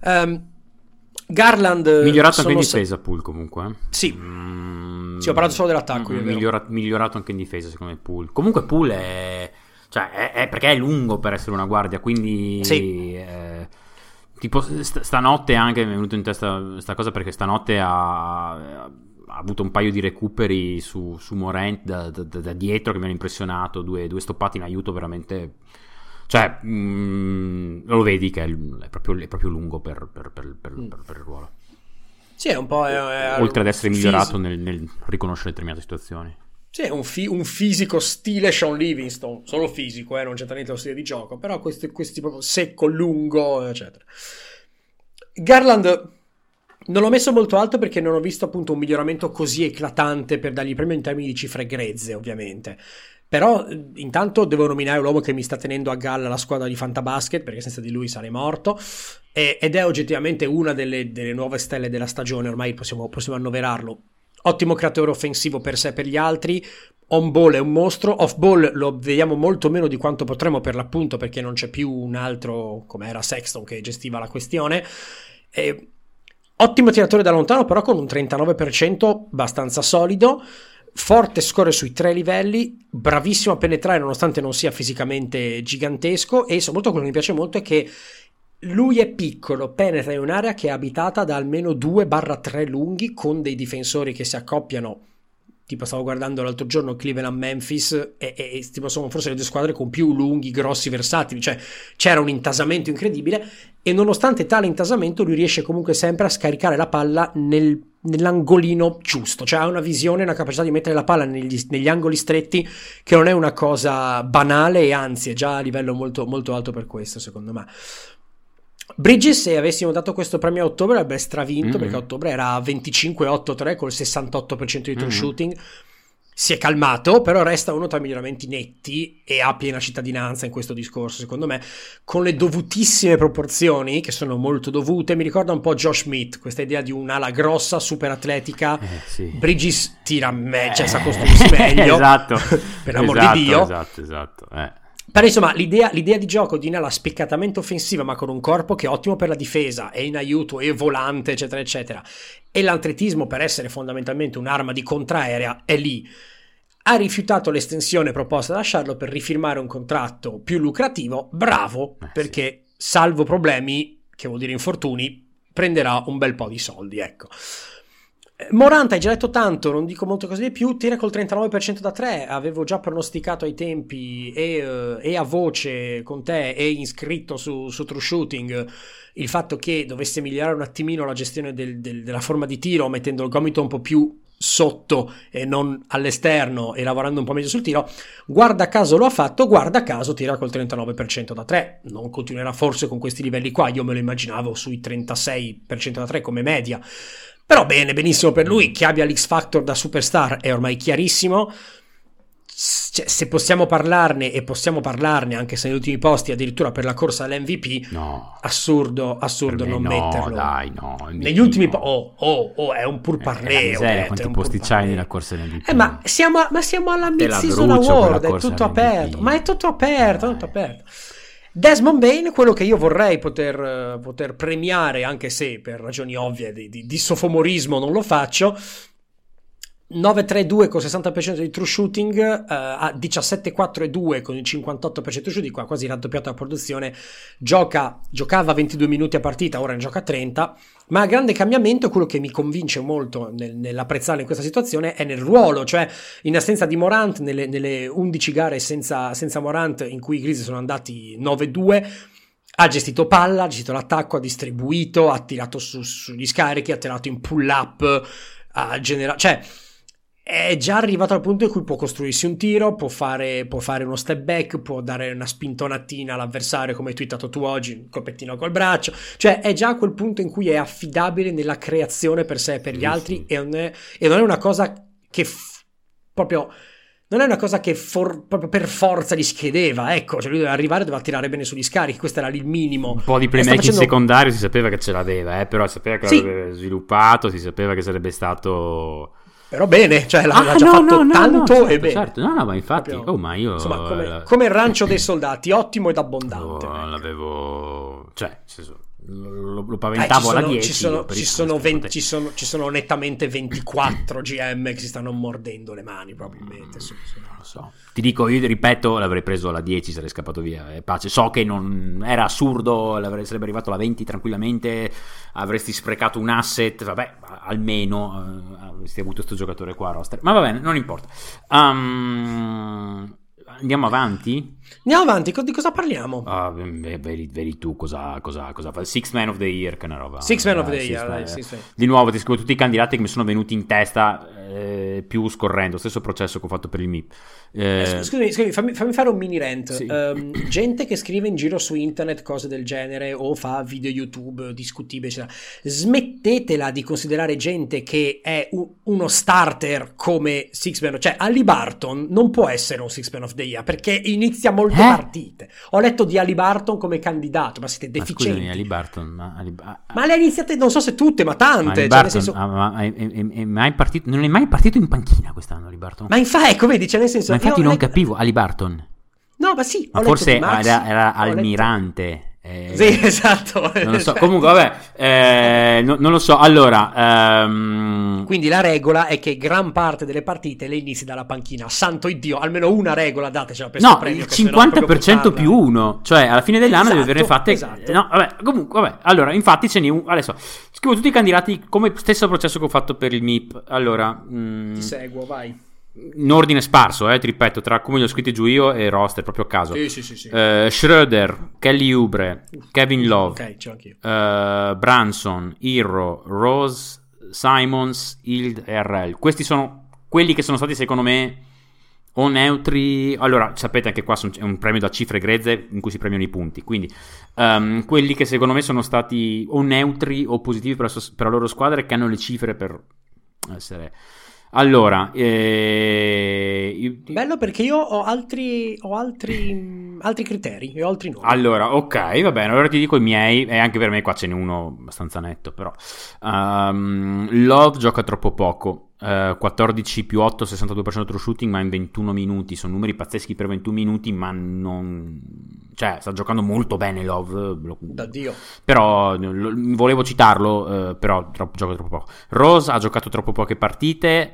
Garland migliorato anche in difesa Poole comunque. Sì. Sì, ho parlato solo dell'attacco. Migliorato anche in difesa secondo me Poole. Comunque Poole è perché è lungo per essere una guardia, quindi sì. Tipo stanotte anche mi è venuto in testa questa cosa perché stanotte ha avuto un paio di recuperi su Morant da dietro che mi hanno impressionato, due stoppate in aiuto veramente, cioè lo vedi che è proprio lungo per il ruolo. Sì, è un po' oltre ad essere migliorato nel riconoscere determinate situazioni. Sì, è un fisico stile Sean Livingston, solo fisico, non c'entra niente lo stile di gioco, però questi proprio secco, lungo, eccetera. Garland non l'ho messo molto alto perché non ho visto appunto un miglioramento così eclatante per dargli il premio in termini di cifre grezze, ovviamente. Però intanto devo nominare l'uomo che mi sta tenendo a galla la squadra di Fantabasket, perché senza di lui sarei morto, ed è oggettivamente una delle nuove stelle della stagione, ormai possiamo annoverarlo. Ottimo creatore offensivo per sé e per gli altri, on ball è un mostro, off ball lo vediamo molto meno di quanto potremmo per l'appunto perché non c'è più un altro come era Sexton che gestiva la questione. Ottimo tiratore da lontano però con un 39% abbastanza solido, forte score sui 3 livelli, bravissimo a penetrare nonostante non sia fisicamente gigantesco e soprattutto quello che mi piace molto è che lui è piccolo, penetra in un'area che è abitata da almeno 2/3 lunghi con dei difensori che si accoppiano, tipo stavo guardando l'altro giorno Cleveland-Memphis e tipo sono forse le due squadre con più lunghi, grossi, versatili, cioè c'era un intasamento incredibile e nonostante tale intasamento lui riesce comunque sempre a scaricare la palla nell'angolino giusto, cioè ha una visione, una capacità di mettere la palla negli angoli stretti che non è una cosa banale e anzi è già a livello molto, molto alto per questo secondo me. Bridges, se avessimo dato questo premio a ottobre avrebbe stravinto perché a ottobre era 25-8-3 col 68% di true shooting, si è calmato però resta uno tra i miglioramenti netti e ha piena cittadinanza in questo discorso secondo me con le dovutissime proporzioni che sono molto dovute. Mi ricorda un po' Josh Smith, questa idea di un'ala grossa super atletica. Sì. Bridges tira cioè sa costruirsi meglio esatto per l'amor di Dio esatto. Però insomma l'idea di gioco di un'ala spiccatamente offensiva ma con un corpo che è ottimo per la difesa, è in aiuto, è volante eccetera eccetera e l'atletismo per essere fondamentalmente un'arma di contraerea è lì. Ha rifiutato l'estensione proposta da Charlotte per rifirmare un contratto più lucrativo, bravo, perché salvo problemi, che vuol dire infortuni, prenderà un bel po' di soldi, ecco. Morant, hai già detto tanto, non dico molte cose di più, tira col 39% da 3, avevo già pronosticato ai tempi e a voce con te e iscritto su True Shooting il fatto che dovesse migliorare un attimino la gestione della forma di tiro mettendo il gomito un po' più sotto e non all'esterno e lavorando un po' meglio sul tiro. Guarda caso lo ha fatto, guarda caso tira col 39% da 3, non continuerà forse con questi livelli qua, io me lo immaginavo sui 36% da 3 come media. Però benissimo per lui, che abbia l'X Factor da superstar è ormai chiarissimo. Cioè, se possiamo parlarne e possiamo parlarne anche se negli ultimi posti addirittura per la corsa all'MVP, no, assurdo non metterlo. Dai, no, MVP, negli ultimi è un purparleo. Quanti posti c'hai nella corsa all'MVP? Ma siamo alla mid-season award, è tutto aperto. Ma è tutto aperto. Desmond Bain, quello che io vorrei poter premiare, anche se per ragioni ovvie di sofomorismo non lo faccio. 9-3-2 con 60% di true shooting, a 17-4-2 con il 58% di shooting, qua quasi raddoppiato la produzione, giocava 22 minuti a partita, ora ne gioca 30, ma il grande cambiamento, quello che mi convince molto nell'apprezzare in questa situazione, è nel ruolo, cioè in assenza di Morant, nelle 11 gare senza Morant, in cui i Grizzlies sono andati 9-2, ha gestito palla, ha gestito l'attacco, ha distribuito, ha tirato sugli scarichi, ha tirato in pull up, ha generato, cioè è già arrivato al punto in cui può costruirsi un tiro, può fare uno step back, può dare una spintonatina all'avversario, come hai twittato tu oggi, un colpettino col braccio, cioè è già a quel punto in cui è affidabile nella creazione per sé e per gli altri, e non è una cosa che proprio non è una cosa che proprio per forza gli chiedeva, ecco, cioè lui doveva arrivare, doveva tirare bene sugli scarichi, questo era lì il minimo. Un po' di playmaking secondario si sapeva che ce l'aveva, però si sapeva che l'aveva sviluppato, si sapeva che sarebbe stato... Però bene, cioè l'ha già fatto tanto, certo, e bene. Certo, no, ma infatti, proprio, ma io... Insomma, come il rancio dei soldati, ottimo ed abbondante. L'avevo... cioè, nel senso, lo paventavo alla 10. Ci sono nettamente 24 GM che si stanno mordendo le mani, probabilmente. Non lo so. Ti dico, io ripeto, l'avrei preso alla 10, sarei scappato via. Pace. So che non era assurdo, sarebbe arrivato alla 20 tranquillamente, avresti sprecato un asset, vabbè, almeno avresti avuto questo giocatore qua a roster. Ma va bene, non importa. Andiamo avanti? Andiamo avanti, di cosa parliamo? Vedi tu cosa fa. Six Man of the Year, che è una roba. Six Man of the Year. Di nuovo ti scrivo tutti i candidati che mi sono venuti in testa più scorrendo. Stesso processo che ho fatto per il MIP. Scusami, fammi fare un mini rant. Sì. Gente che scrive in giro su internet cose del genere o fa video YouTube discutibili, eccetera. Smettetela di considerare gente che è uno starter come Six Man. Cioè, Haliburton non può essere un Six Man of the Year perché inizia molte partite. Ho letto di Haliburton come candidato, ma siete deficienti. Ma scusami, Haliburton, ma le ha iniziate, non so se tutte, ma tante. Cioè, nel senso... non è mai partito in panchina quest'anno Haliburton. Ma infatti, ecco, vedi, cioè nel senso... Ma infatti non capivo, Haliburton. No, ma sì. Ma forse era Almirante. Sì, esatto. Non lo so. Comunque, vabbè, non lo so. Allora, quindi la regola è che gran parte delle partite le inizi dalla panchina. Santo Iddio, almeno una regola datecela per questo premio. Il 50% più uno. Cioè, alla fine dell'anno devi avere fatte. Esatto. No, vabbè, comunque, vabbè. Allora, infatti ce n'è un. Adesso scrivo tutti i candidati come stesso processo che ho fatto per il MIP. Allora, ti seguo, vai. In ordine sparso, ti ripeto, tra come li ho scritti giù io e roster, proprio a caso. Sì. Schroeder, Kelly Oubre, Kevin Love, ok, c'ho anch'io. Branson, Hero, Rose, Simons, Hield e RL. Questi sono quelli che sono stati secondo me o neutri. Allora, sapete anche qua è un premio da cifre grezze in cui si premiano i punti, quindi quelli che secondo me sono stati o neutri o positivi per la loro squadra e che hanno le cifre per essere... Allora, bello perché io ho altri criteri e ho altri nomi. Allora, ok, va bene, allora ti dico i miei, e anche per me qua ce n'è uno abbastanza netto, però Love gioca troppo poco. 14 più 8, 62% true shooting, ma in 21 minuti. Sono numeri pazzeschi per 21 minuti, ma non... cioè, sta giocando molto bene Love. Da Dio. Però volevo citarlo, però gioca troppo poco. Rose ha giocato troppo poche partite,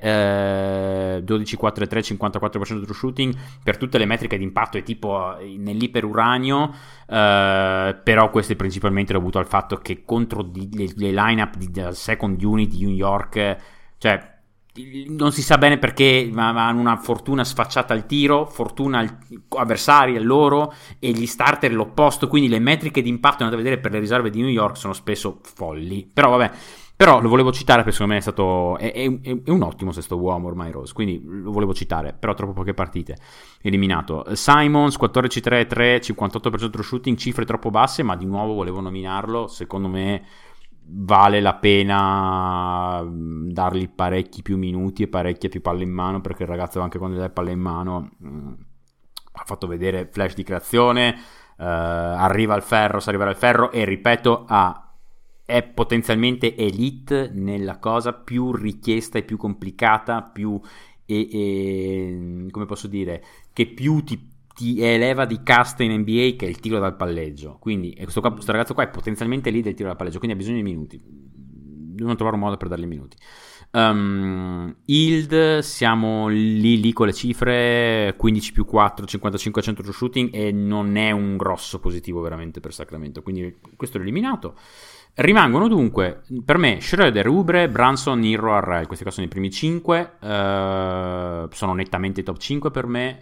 12, 4 e 3, 54% true shooting. Per tutte le metriche di impatto è tipo nell'iperuranio, però questo è principalmente dovuto al fatto che contro le line-up della second unit di New York, cioè non si sa bene perché, ma hanno una fortuna sfacciata al tiro, fortuna avversari a loro, e gli starter l'opposto, quindi le metriche di impatto andate a vedere per le riserve di New York sono spesso folli. Però vabbè, però lo volevo citare perché secondo me è stato è un ottimo sesto uomo ormai Rose, quindi lo volevo citare, però troppo poche partite, eliminato. Simons 14-3-3, 58% true shooting, cifre troppo basse, ma di nuovo volevo nominarlo, secondo me vale la pena dargli parecchi più minuti e parecchie più palle in mano, perché il ragazzo anche quando gli dai palle in mano ha fatto vedere flash di creazione, arriva al ferro, sa arrivare al ferro, e ripeto è potenzialmente elite nella cosa più richiesta e più complicata, più come posso dire, che più ti ti eleva di casta in NBA, che è il tiro dal palleggio. Quindi questo ragazzo qua è potenzialmente lì del tiro dal palleggio, quindi ha bisogno di minuti. Devono trovare un modo per dargli minuti. Hield, siamo lì con le cifre 15 più 4, 55% true shooting, e non è un grosso positivo veramente per Sacramento, quindi questo è eliminato. Rimangono dunque per me Schroeder, Oubre, Brunson, Herro, Harrell. Questi qua sono i primi 5, sono nettamente top 5 per me.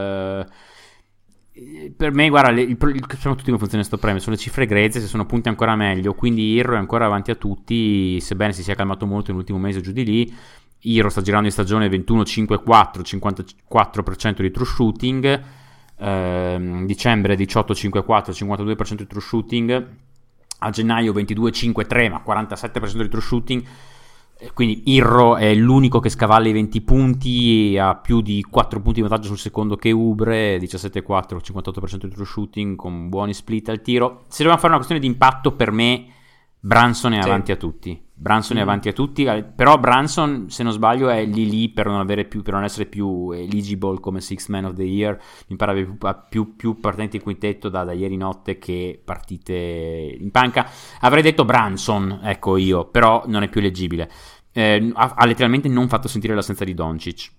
Per me, guarda, sappiamo tutti come funziona questo premio, sono le cifre grezze, se sono punti ancora meglio, quindi Herro è ancora avanti a tutti, sebbene si sia calmato molto nell'ultimo mese giù di lì. Herro sta girando in stagione 21-5-4, 54% di true shooting, dicembre 18-5-4, 52% di true shooting, a gennaio 22-5-3, ma 47% di true shooting. Quindi Herro è l'unico che scavalla i 20 punti, ha più di 4 punti di vantaggio sul secondo che Oubre, 17-4, 58% di true shooting, con buoni split al tiro. Se dobbiamo fare una questione di impatto, per me Brunson è avanti a tutti. Brunson è avanti a tutti, però Brunson, se non sbaglio, è lì per non essere più eligible come Sixth Man of the Year. Mi pare più partenti in quintetto da ieri notte che partite in panca. Avrei detto Brunson, ecco io, però non è più eleggibile. Ha letteralmente non fatto sentire l'assenza di Doncic.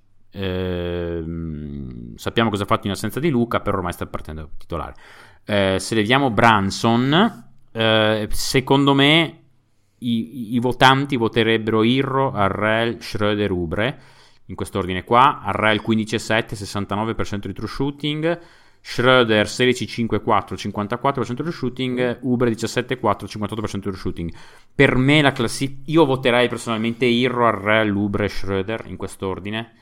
Sappiamo cosa ha fatto in assenza di Luka, però ormai sta partendo titolare. Se leviamo Brunson, secondo me i votanti voterebbero Herro, Harrell, Schroeder, Oubre in quest'ordine qua. Harrell 15-7, 69% di true shooting, Schroeder 16-5-4, 54% di true shooting, Oubre 17-4, 58% di true shooting. Per me la classifica, io voterei personalmente Herro, Harrell, Oubre, Schroeder in quest'ordine,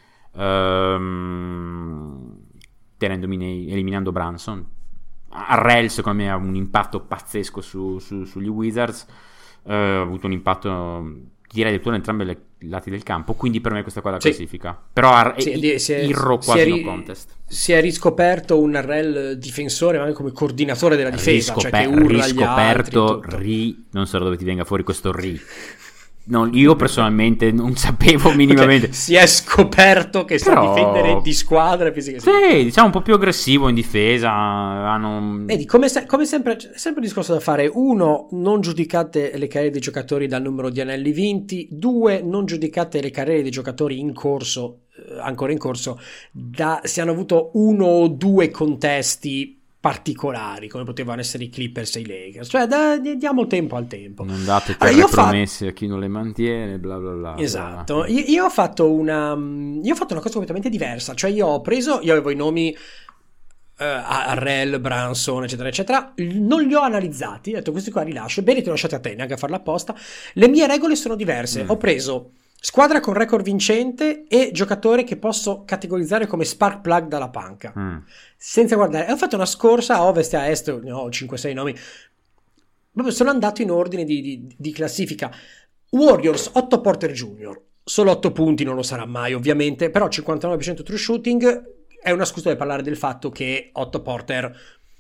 eliminando Brunson. Harrell secondo me ha un impatto pazzesco sugli Wizards, ha avuto un impatto, direi addirittura in entrambi i lati del campo, quindi per me questa qua è la classifica. Però Herro quasi no contest. Si è riscoperto un Harrell difensore, ma anche come coordinatore della difesa, cioè che urla agli altri, non so da dove ti venga fuori questo No, io personalmente non sapevo minimamente. Okay, si è scoperto che sa difendere di squadra fisica. Sì, diciamo un po' più aggressivo in difesa. Vedi, come sempre, c'è sempre un discorso da fare. 1, non giudicate le carriere dei giocatori dal numero di anelli vinti. 2, non giudicate le carriere dei giocatori in corso, ancora in corso, se hanno avuto 1 o 2 contesti particolari, come potevano essere i Clippers e i Lakers. Cioè diamo tempo al tempo, non date terre promesse a chi non le mantiene, bla bla bla. Esatto. Io ho fatto una cosa completamente diversa, cioè io avevo i nomi Harrell, Brunson, eccetera eccetera, non li ho analizzati, ho detto questi qua li lascio, bene, te lo lasciate a te, neanche a farla apposta. Le mie regole sono diverse. Ho preso squadra con record vincente e giocatore che posso categorizzare come spark plug dalla panca, senza guardare. Ho fatto una scorsa a ovest e a est, ne ho 5-6 nomi, proprio sono andato in ordine di classifica. Warriors, 8 Porter Jr., solo 8 punti, non lo sarà mai ovviamente, però 59% true shooting. È una scusa per parlare del fatto che Otto Porter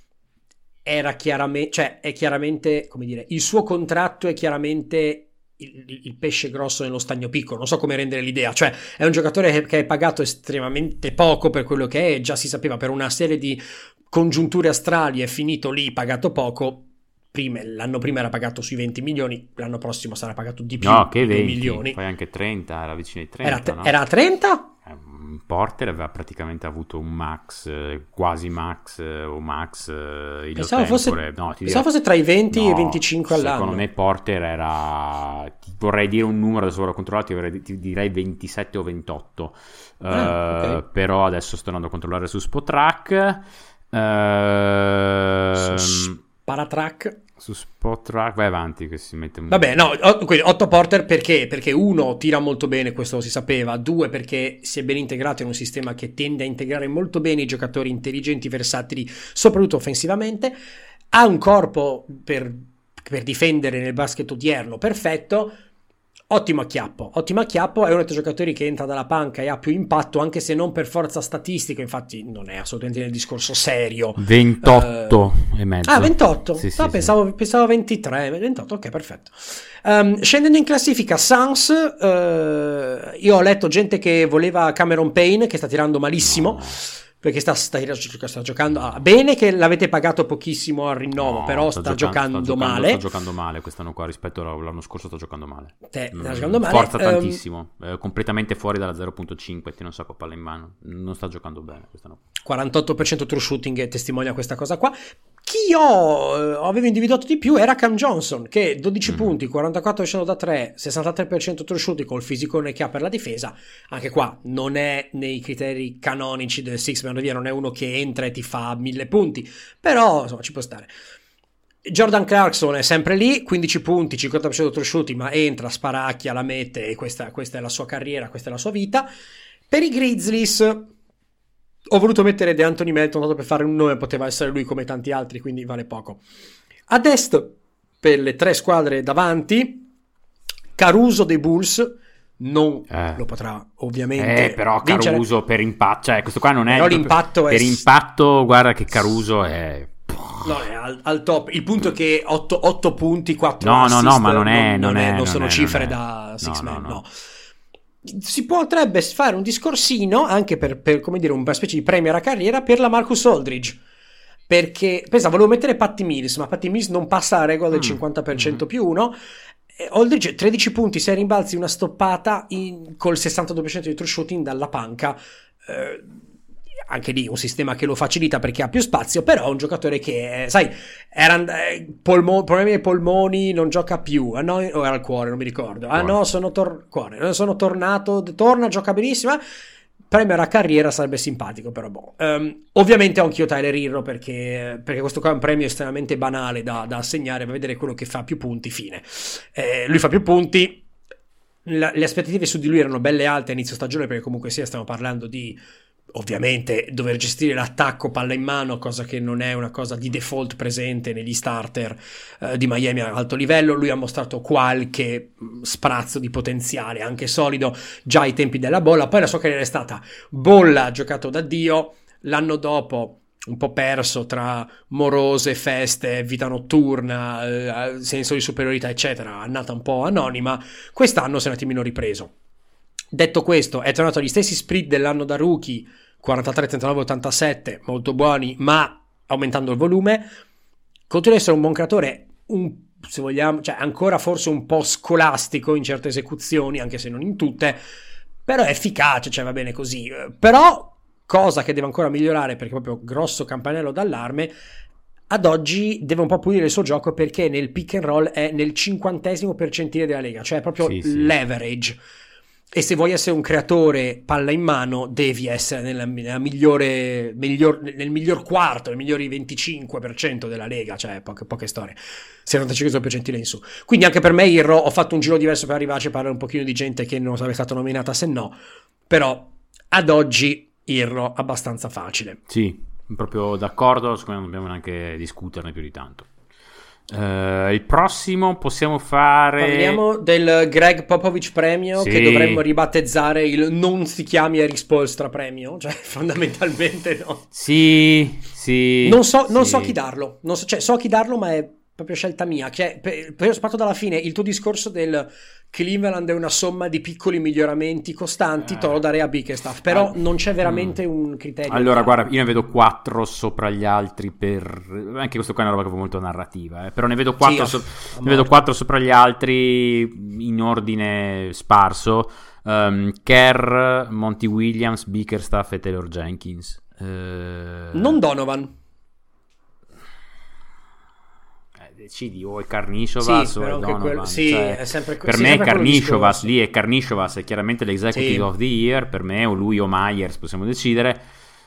era chiaramente, cioè è chiaramente, come dire, il suo contratto è chiaramente il pesce grosso nello stagno piccolo, non so come rendere l'idea, cioè è un giocatore che è pagato estremamente poco per quello che è, già si sapeva, per una serie di congiunture astrali è finito lì pagato poco. L'anno prima era pagato sui 20 milioni, l'anno prossimo sarà pagato di più, no, che 20 milioni, poi anche 30, era vicino ai 30, era a 30? Porter aveva praticamente avuto un max, quasi max o max. Pensavo fosse tra i 20 e i 25 all'anno. Secondo me Porter era, ti vorrei dire un numero, adesso l'ho controllato, ti direi 27 o 28, okay. Però adesso sto andando a controllare su Spotrac, su Paratrack. Su Spotrac, vai avanti che si mette. Vabbè, no, quindi 8 Porter perché? Perché 1 tira molto bene, questo lo si sapeva. 2 perché si è ben integrato in un sistema che tende a integrare molto bene i giocatori intelligenti, versatili, soprattutto offensivamente. Ha un corpo per difendere nel basket odierno perfetto. Ottimo acchiappo, è uno dei giocatori che entra dalla panca e ha più impatto, anche se non per forza statistico, infatti non è assolutamente nel discorso serio. 28 e mezzo. 28? Sì, no, pensavo 23, 28, ok, perfetto. Scendendo in classifica, Suns, io ho letto gente che voleva Cameron Payne, che sta tirando malissimo. perché sta giocando bene, che l'avete pagato pochissimo al rinnovo, però sta giocando male. Sta giocando male quest'anno qua rispetto all'anno scorso, sta giocando male. Sta giocando male. Forza tantissimo, completamente fuori dalla 0.5, tiene un sacco palla in mano, non sta giocando bene quest'anno. 48% true shooting testimonia questa cosa qua. Chi avevo individuato di più era Cam Johnson, che 12 punti, 44% da 3, 63% true shooting col fisicone che ha per la difesa. Anche qua non è nei criteri canonici del Six Man via, non è uno che entra e ti fa 1000 punti, però insomma ci può stare. Jordan Clarkson è sempre lì, 15 punti, 50% true shooting, ma entra, sparacchia, la mette, e questa è la sua carriera, questa è la sua vita. Per i Grizzlies ho voluto mettere DeAnthony Melton tanto per fare un nome, poteva essere lui come tanti altri, quindi vale poco. Ad est, per le 3 squadre davanti, Caruso dei Bulls non lo potrà ovviamente però vincere. Caruso per impatto, cioè questo qua non è, però l'impatto per impatto, guarda che Caruso è al top. Il punto è che 8 punti, 4 assist, no, ma non sono cifre da six man, no. Si potrebbe fare un discorsino anche per come dire, una specie di premio alla carriera per la Marcus Aldridge, perché pensavo volevo mettere Patty Mills, ma Patty Mills non passa la regola del 50% più 1. Aldridge 13 punti, 6 rimbalzi, una stoppata col 62% di true shooting dalla panca. Anche lì un sistema che lo facilita perché ha più spazio, però è un giocatore che sai, problemi ai polmoni, non gioca più, o era al cuore, non mi ricordo. Sono tornato, torna, gioca benissimo. Premio alla carriera sarebbe simpatico, però ovviamente ho anch'io Tyler Hero perché questo qua è un premio estremamente banale da assegnare, va a vedere quello che fa più punti, fine. Lui fa più punti, le aspettative su di lui erano belle alte a inizio stagione, perché comunque stiamo parlando di ovviamente dover gestire l'attacco palla in mano, cosa che non è una cosa di default presente negli starter di Miami a alto livello. Lui ha mostrato qualche sprazzo di potenziale anche solido già ai tempi della bolla, poi la sua carriera è stata bolla, giocato da Dio, l'anno dopo un po' perso tra morose feste, vita notturna, senso di superiorità eccetera, annata un po' anonima. Quest'anno si è un attimino ripreso. Detto questo, è tornato agli stessi split dell'anno da rookie, 43, 39, 87, molto buoni, ma aumentando il volume. Continua ad essere un buon creatore, se vogliamo, cioè ancora forse un po' scolastico in certe esecuzioni, anche se non in tutte, però è efficace, cioè va bene così. Però, cosa che deve ancora migliorare, perché è proprio grosso campanello d'allarme, ad oggi deve un po' pulire il suo gioco, perché nel pick and roll è nel 50° percentile della lega, cioè proprio l'average. E se vuoi essere un creatore palla in mano devi essere nel miglior quarto, nel migliori 25% della lega, cioè poche storie, 75 percentile in su. Quindi anche per me ho fatto un giro diverso per arrivarci a parlare un pochino di gente che non sarebbe stata nominata se no, però ad oggi Irro abbastanza facile. Sì, proprio d'accordo, secondo me non dobbiamo neanche discuterne più di tanto. Il prossimo possiamo fare, parliamo del Greg Popovich premio, che dovremmo ribattezzare il non si chiami Eric Spoelstra premio, cioè fondamentalmente no. Non so chi darlo, so chi darlo, ma è proprio scelta mia, cioè, parto dalla fine. Il tuo discorso del Cleveland è una somma di piccoli miglioramenti costanti, te lo darei a Bickerstaff, però non c'è veramente un criterio. Allora guarda, io ne vedo 4 sopra gli altri, anche questo qua è una roba che fa molto narrativa, però ne vedo 4 sopra gli altri in ordine sparso. Kerr, Monty Williams, Bickerstaff e Taylor Jenkins. Non Donovan. Decidi, o è Karnisovas o è Donovan. È sempre per me è Karnisovas, lì è Karnisovas, è chiaramente l'executive of the year per me, o lui o Myers, possiamo decidere.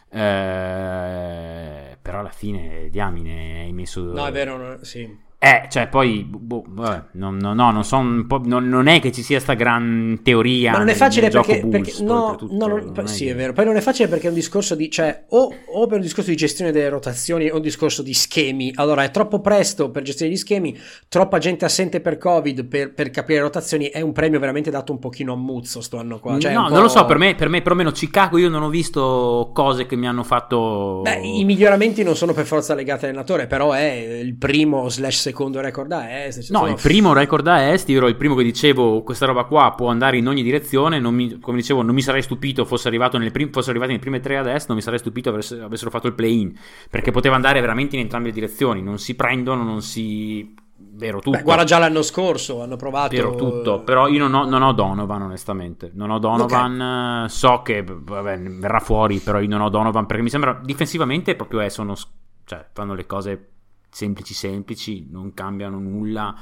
Però alla fine diamine hai messo, no è vero, sì. Cioè poi vabbè, non so, non è che ci sia sta gran teoria, ma non è facile perché sì, è vero. Poi non è facile perché è un discorso di, cioè, o per un discorso di gestione delle rotazioni o un discorso di schemi. Allora è troppo presto per gestire gli schemi, troppa gente assente per Covid per capire le rotazioni. È un premio veramente dato un pochino a muzzo sto anno qua, cioè, non lo so, per me perlomeno Chicago io non ho visto cose che mi hanno fatto. I miglioramenti non sono per forza legati all'allenatore, però è il primo / secondo record da est. No, il primo record da est, io ero il primo che dicevo questa roba qua può andare in ogni direzione, come dicevo non mi sarei stupito fosse arrivati nelle prime 3 ad est, non mi sarei stupito avessero fatto il play-in, perché poteva andare veramente in entrambe le direzioni, non si prendono, non si... Vero tutto. Beh, guarda già l'anno scorso hanno provato. Vero tutto, però io non ho Donovan onestamente, non ho Donovan, okay. So che vabbè, verrà fuori, però io non ho Donovan perché mi sembra difensivamente proprio cioè fanno le cose semplici, non cambiano nulla,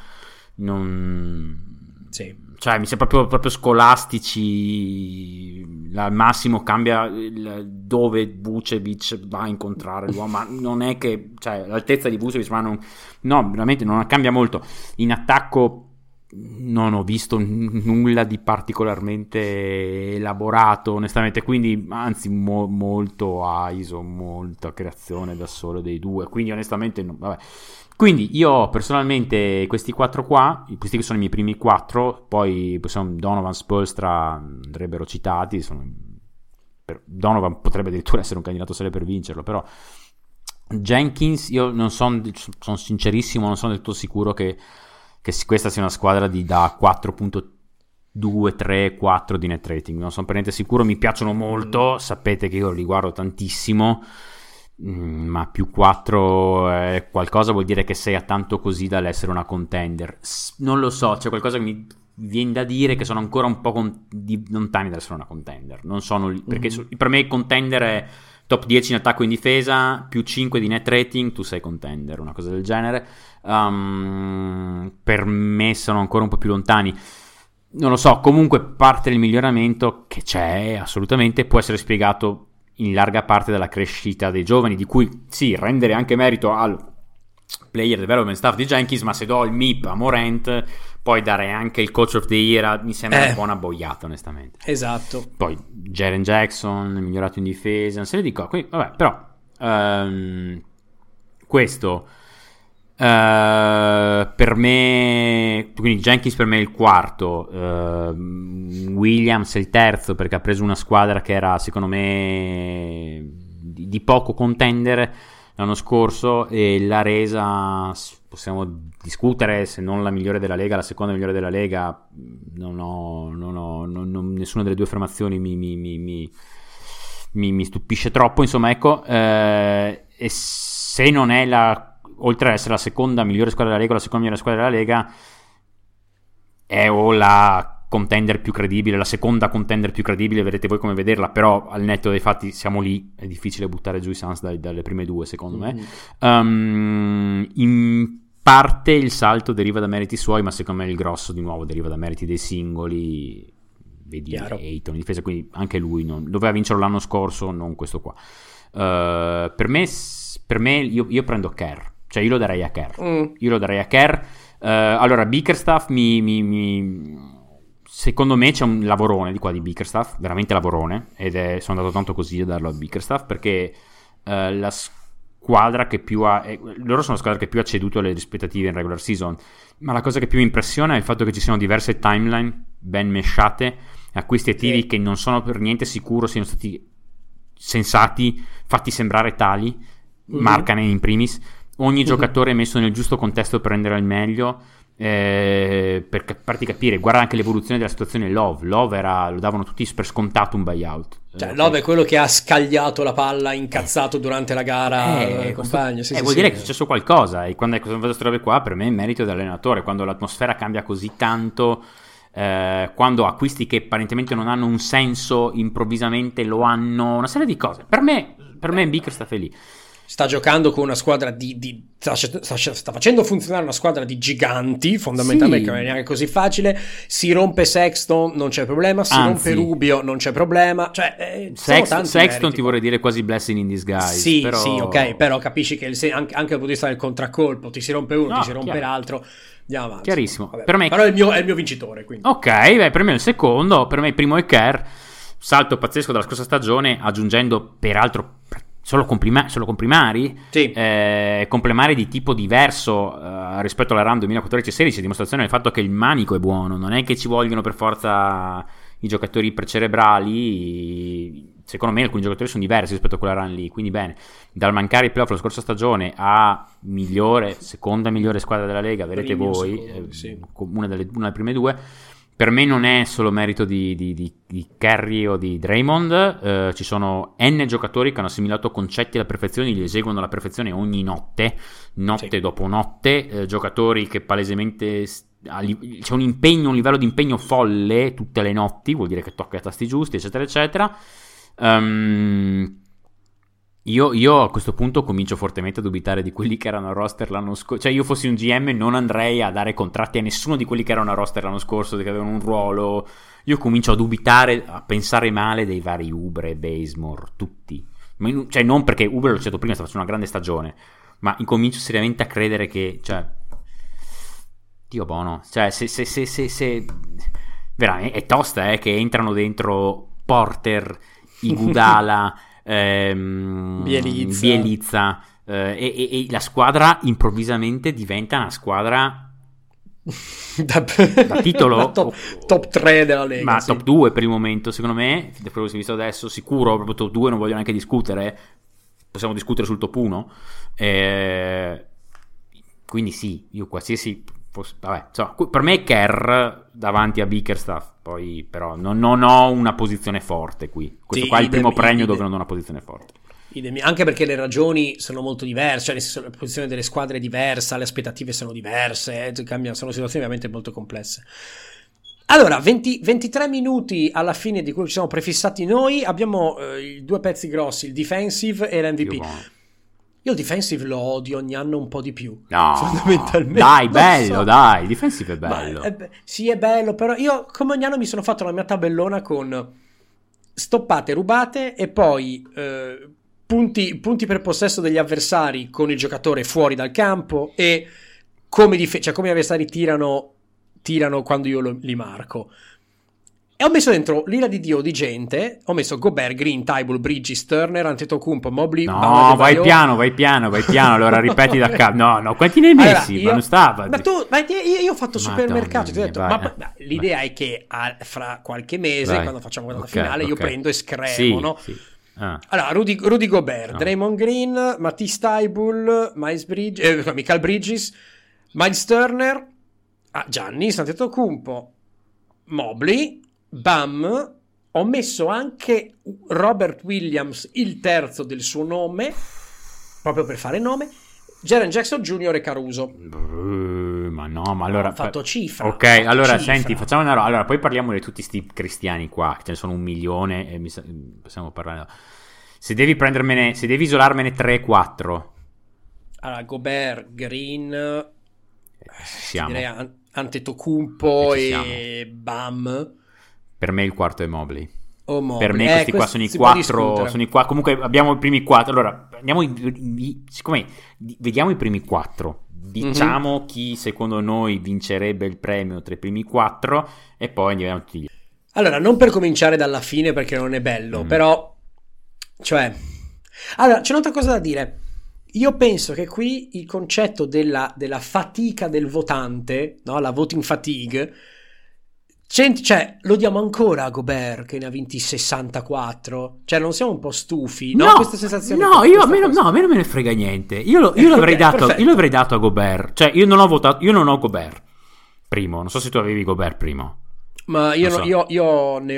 sì. Cioè mi sembra proprio scolastici, al massimo cambia dove Vucevic va a incontrare l'uomo, ma non è che, cioè l'altezza di Vucevic, ma no, veramente non cambia molto. In attacco non ho visto nulla di particolarmente elaborato onestamente, quindi anzi molto ISO, molta creazione da solo dei due, quindi onestamente vabbè. Quindi io personalmente questi 4 qua, questi che sono i miei primi 4, poi Donovan, Spoelstra andrebbero citati, Donovan potrebbe addirittura essere un candidato serio per vincerlo, però Jenkins io non sono sincerissimo, non sono del tutto sicuro che questa sia una squadra da 4.2, 3, 4 di net rating, non sono per niente sicuro, mi piacciono molto, sapete che io li guardo tantissimo, ma più 4 è qualcosa, vuol dire che sei a tanto così dall'essere una contender, non lo so, c'è qualcosa che mi viene da dire che sono ancora un po' lontani dall'essere una contender, non sono lì, perché per me contender è top 10 in attacco e in difesa, più 5 di net rating, tu sei contender, una cosa del genere. Per me sono ancora un po' più lontani, non lo so, comunque parte del miglioramento che c'è assolutamente, può essere spiegato in larga parte dalla crescita dei giovani, di cui sì, rendere anche merito al player development staff di Jenkins, ma se do il MIP a Morant poi dare anche il coach of the year mi sembra un po' una boiata onestamente. Esatto. Poi Jaren Jackson migliorato in difesa, una serie di cose, quindi, vabbè, però questo per me, quindi Jenkins per me è il quarto, Williams è il terzo perché ha preso una squadra che era secondo me di poco contender l'anno scorso e l'ha resa, possiamo discutere se non la migliore della Lega, la seconda migliore della Lega, nessuna delle due affermazioni mi stupisce troppo, insomma, ecco, e se non è oltre ad essere la seconda migliore squadra della Lega, la seconda migliore squadra della Lega è o la contender più credibile, la seconda contender più credibile, vedete voi come vederla, però al netto dei fatti siamo lì, è difficile buttare giù i Suns dalle prime due secondo me. In parte il salto deriva da meriti suoi, ma secondo me il grosso di nuovo deriva da meriti dei singoli, vedi Ayton in difesa, quindi anche lui doveva vincerlo l'anno scorso, non questo qua. Per me io prendo Kerr, cioè io lo darei a Kerr. Allora Bickerstaff secondo me c'è un lavorone di qua di Bickerstaff, veramente lavorone, sono andato tanto così a darlo a Bickerstaff perché la squadra che più loro sono la squadra che più ha ceduto alle aspettative in regular season, ma la cosa che più mi impressiona è il fatto che ci siano diverse timeline ben mesciate, acquisti attivi che non sono per niente sicuro siano stati sensati, fatti sembrare tali, Markkanen in primis, ogni giocatore è messo nel giusto contesto per rendere al meglio, per farti capire, guarda anche l'evoluzione della situazione. Love lo davano tutti per scontato un buyout, cioè Love è quello che ha scagliato la palla incazzato durante la gara ai compagni, vuol dire che è successo qualcosa, e quando vedo queste robe qua per me è merito dell'allenatore, quando l'atmosfera cambia così tanto, quando acquisti che apparentemente non hanno un senso improvvisamente lo hanno, una serie di cose. Per me Bickerstaff è lì. Sta giocando con una squadra sta facendo funzionare una squadra di giganti, fondamentalmente, sì. Non è neanche così facile. Si rompe Sexton, non c'è problema. Rompe Rubio, non c'è problema. Cioè, Sexton ti vorrei dire quasi blessing in disguise. Sì, però... sì, ok, però capisci che anche dal punto di vista del contraccolpo ti si rompe uno, ti si rompe l'altro. Andiamo avanti. Chiarissimo. Vabbè, per me... Però è il mio vincitore, quindi. Ok, per me è il secondo, per me il primo è Kerr. Salto pazzesco dalla scorsa stagione, aggiungendo peraltro solo comprimari, sì. Comprimari di tipo diverso rispetto alla RAM 2014-16, dimostrazione del fatto che il manico è buono, non è che ci vogliono per forza i giocatori ipercerebrali, secondo me alcuni giocatori sono diversi rispetto a quella run lì, quindi bene, dal mancare i playoff la scorsa stagione a seconda migliore squadra della Lega, vedete voi, una delle prime due. Per me non è solo merito di Curry o di Draymond, ci sono N giocatori che hanno assimilato concetti alla perfezione, li eseguono alla perfezione ogni notte dopo notte, giocatori che palesemente c'è un livello di impegno folle tutte le notti, vuol dire che tocca i tasti giusti, eccetera eccetera. Io a questo punto comincio fortemente a dubitare di quelli che erano a roster l'anno scorso. Cioè, io fossi un GM non andrei a dare contratti a nessuno di quelli che erano a roster l'anno scorso, che avevano un ruolo. Io comincio a dubitare, a pensare male dei vari Oubre e Bazemore, tutti. Cioè, non perché Oubre l'ho citato prima, sta facendo una grande stagione, ma incomincio seriamente a credere che, cioè, Dio buono, cioè, se veramente è tosta, che entrano dentro Porter, Iguodala, Bielizza, e la squadra improvvisamente diventa una squadra da titolo top 3 della Lega, ma top 2 per il momento, secondo me, da quello che si è visto adesso, sicuro proprio top 2, non voglio neanche discutere, possiamo discutere sul top 1, quindi sì, io qualsiasi vabbè, insomma, per me è Kerr davanti a Bickerstaff, poi però non ho una posizione forte qui. Questo qua è il primo premio dove non ho una posizione forte. Anche perché le ragioni sono molto diverse, cioè nel senso, la posizione delle squadre è diversa, le aspettative sono diverse, sono situazioni veramente molto complesse. Allora, 23 minuti alla fine di cui ci siamo prefissati noi, abbiamo i due pezzi grossi, il defensive e l'MVP. Io il defensive lo odio ogni anno un po' di più. No, fondamentalmente. Dai, bello, dai, il defensive è bello. Sì, è bello, però io come ogni anno mi sono fatto la mia tabellona con stoppate, rubate e poi punti per possesso degli avversari con il giocatore fuori dal campo e come cioè come gli avversari tirano quando io li marco. E ho messo dentro l'ira di Dio di gente, ho messo Gobert, Green, Thybulle, Bridges, Turner, Antetokounmpo, Mobley. No, vai piano, allora ripeti da capo. No, quanti ne hai messi? Allora, non stava. Ma io ho fatto supermercato, ti ho detto, l'idea è che fra qualche mese, quando facciamo quella finale, io prendo e scremo, no? Sì. Allora, Rudy Gobert, Draymond Green, Matisse Thybulle, Mikal Bridges, Miles Turner, Giannis, Antetokounmpo, Mobley, Bam, ho messo anche Robert Williams, il terzo del suo nome, proprio per fare nome, Jaren Jackson Jr. e Caruso. Ma allora... Ho fatto cifra. Ok, allora senti, facciamo una roba. Allora, poi parliamo di tutti sti cristiani qua, ce ne sono 1 milione e possiamo parlare. Se devi isolarmene 3-4. Allora, Gobert, Green, direi Antetokounmpo e Bam. Per me il quarto è Mobley. Mobley. Per me questi qua sono i 4. Comunque abbiamo i primi 4. Allora, vediamo i primi 4. Diciamo chi secondo noi vincerebbe il premio tra i primi 4 e poi andiamo tutti. Allora, non per cominciare dalla fine perché non è bello, però cioè allora, c'è un'altra cosa da dire. Io penso che qui il concetto della fatica del votante, no? La voting fatigue, cioè lo diamo ancora a Gobert che ne ha vinti 64, cioè non siamo un po' stufi, no? Questa sensazione. No, a me non me ne frega niente. Io l'avrei dato a Gobert. Cioè io non ho Gobert primo, non so se tu avevi Gobert primo. Ma io ne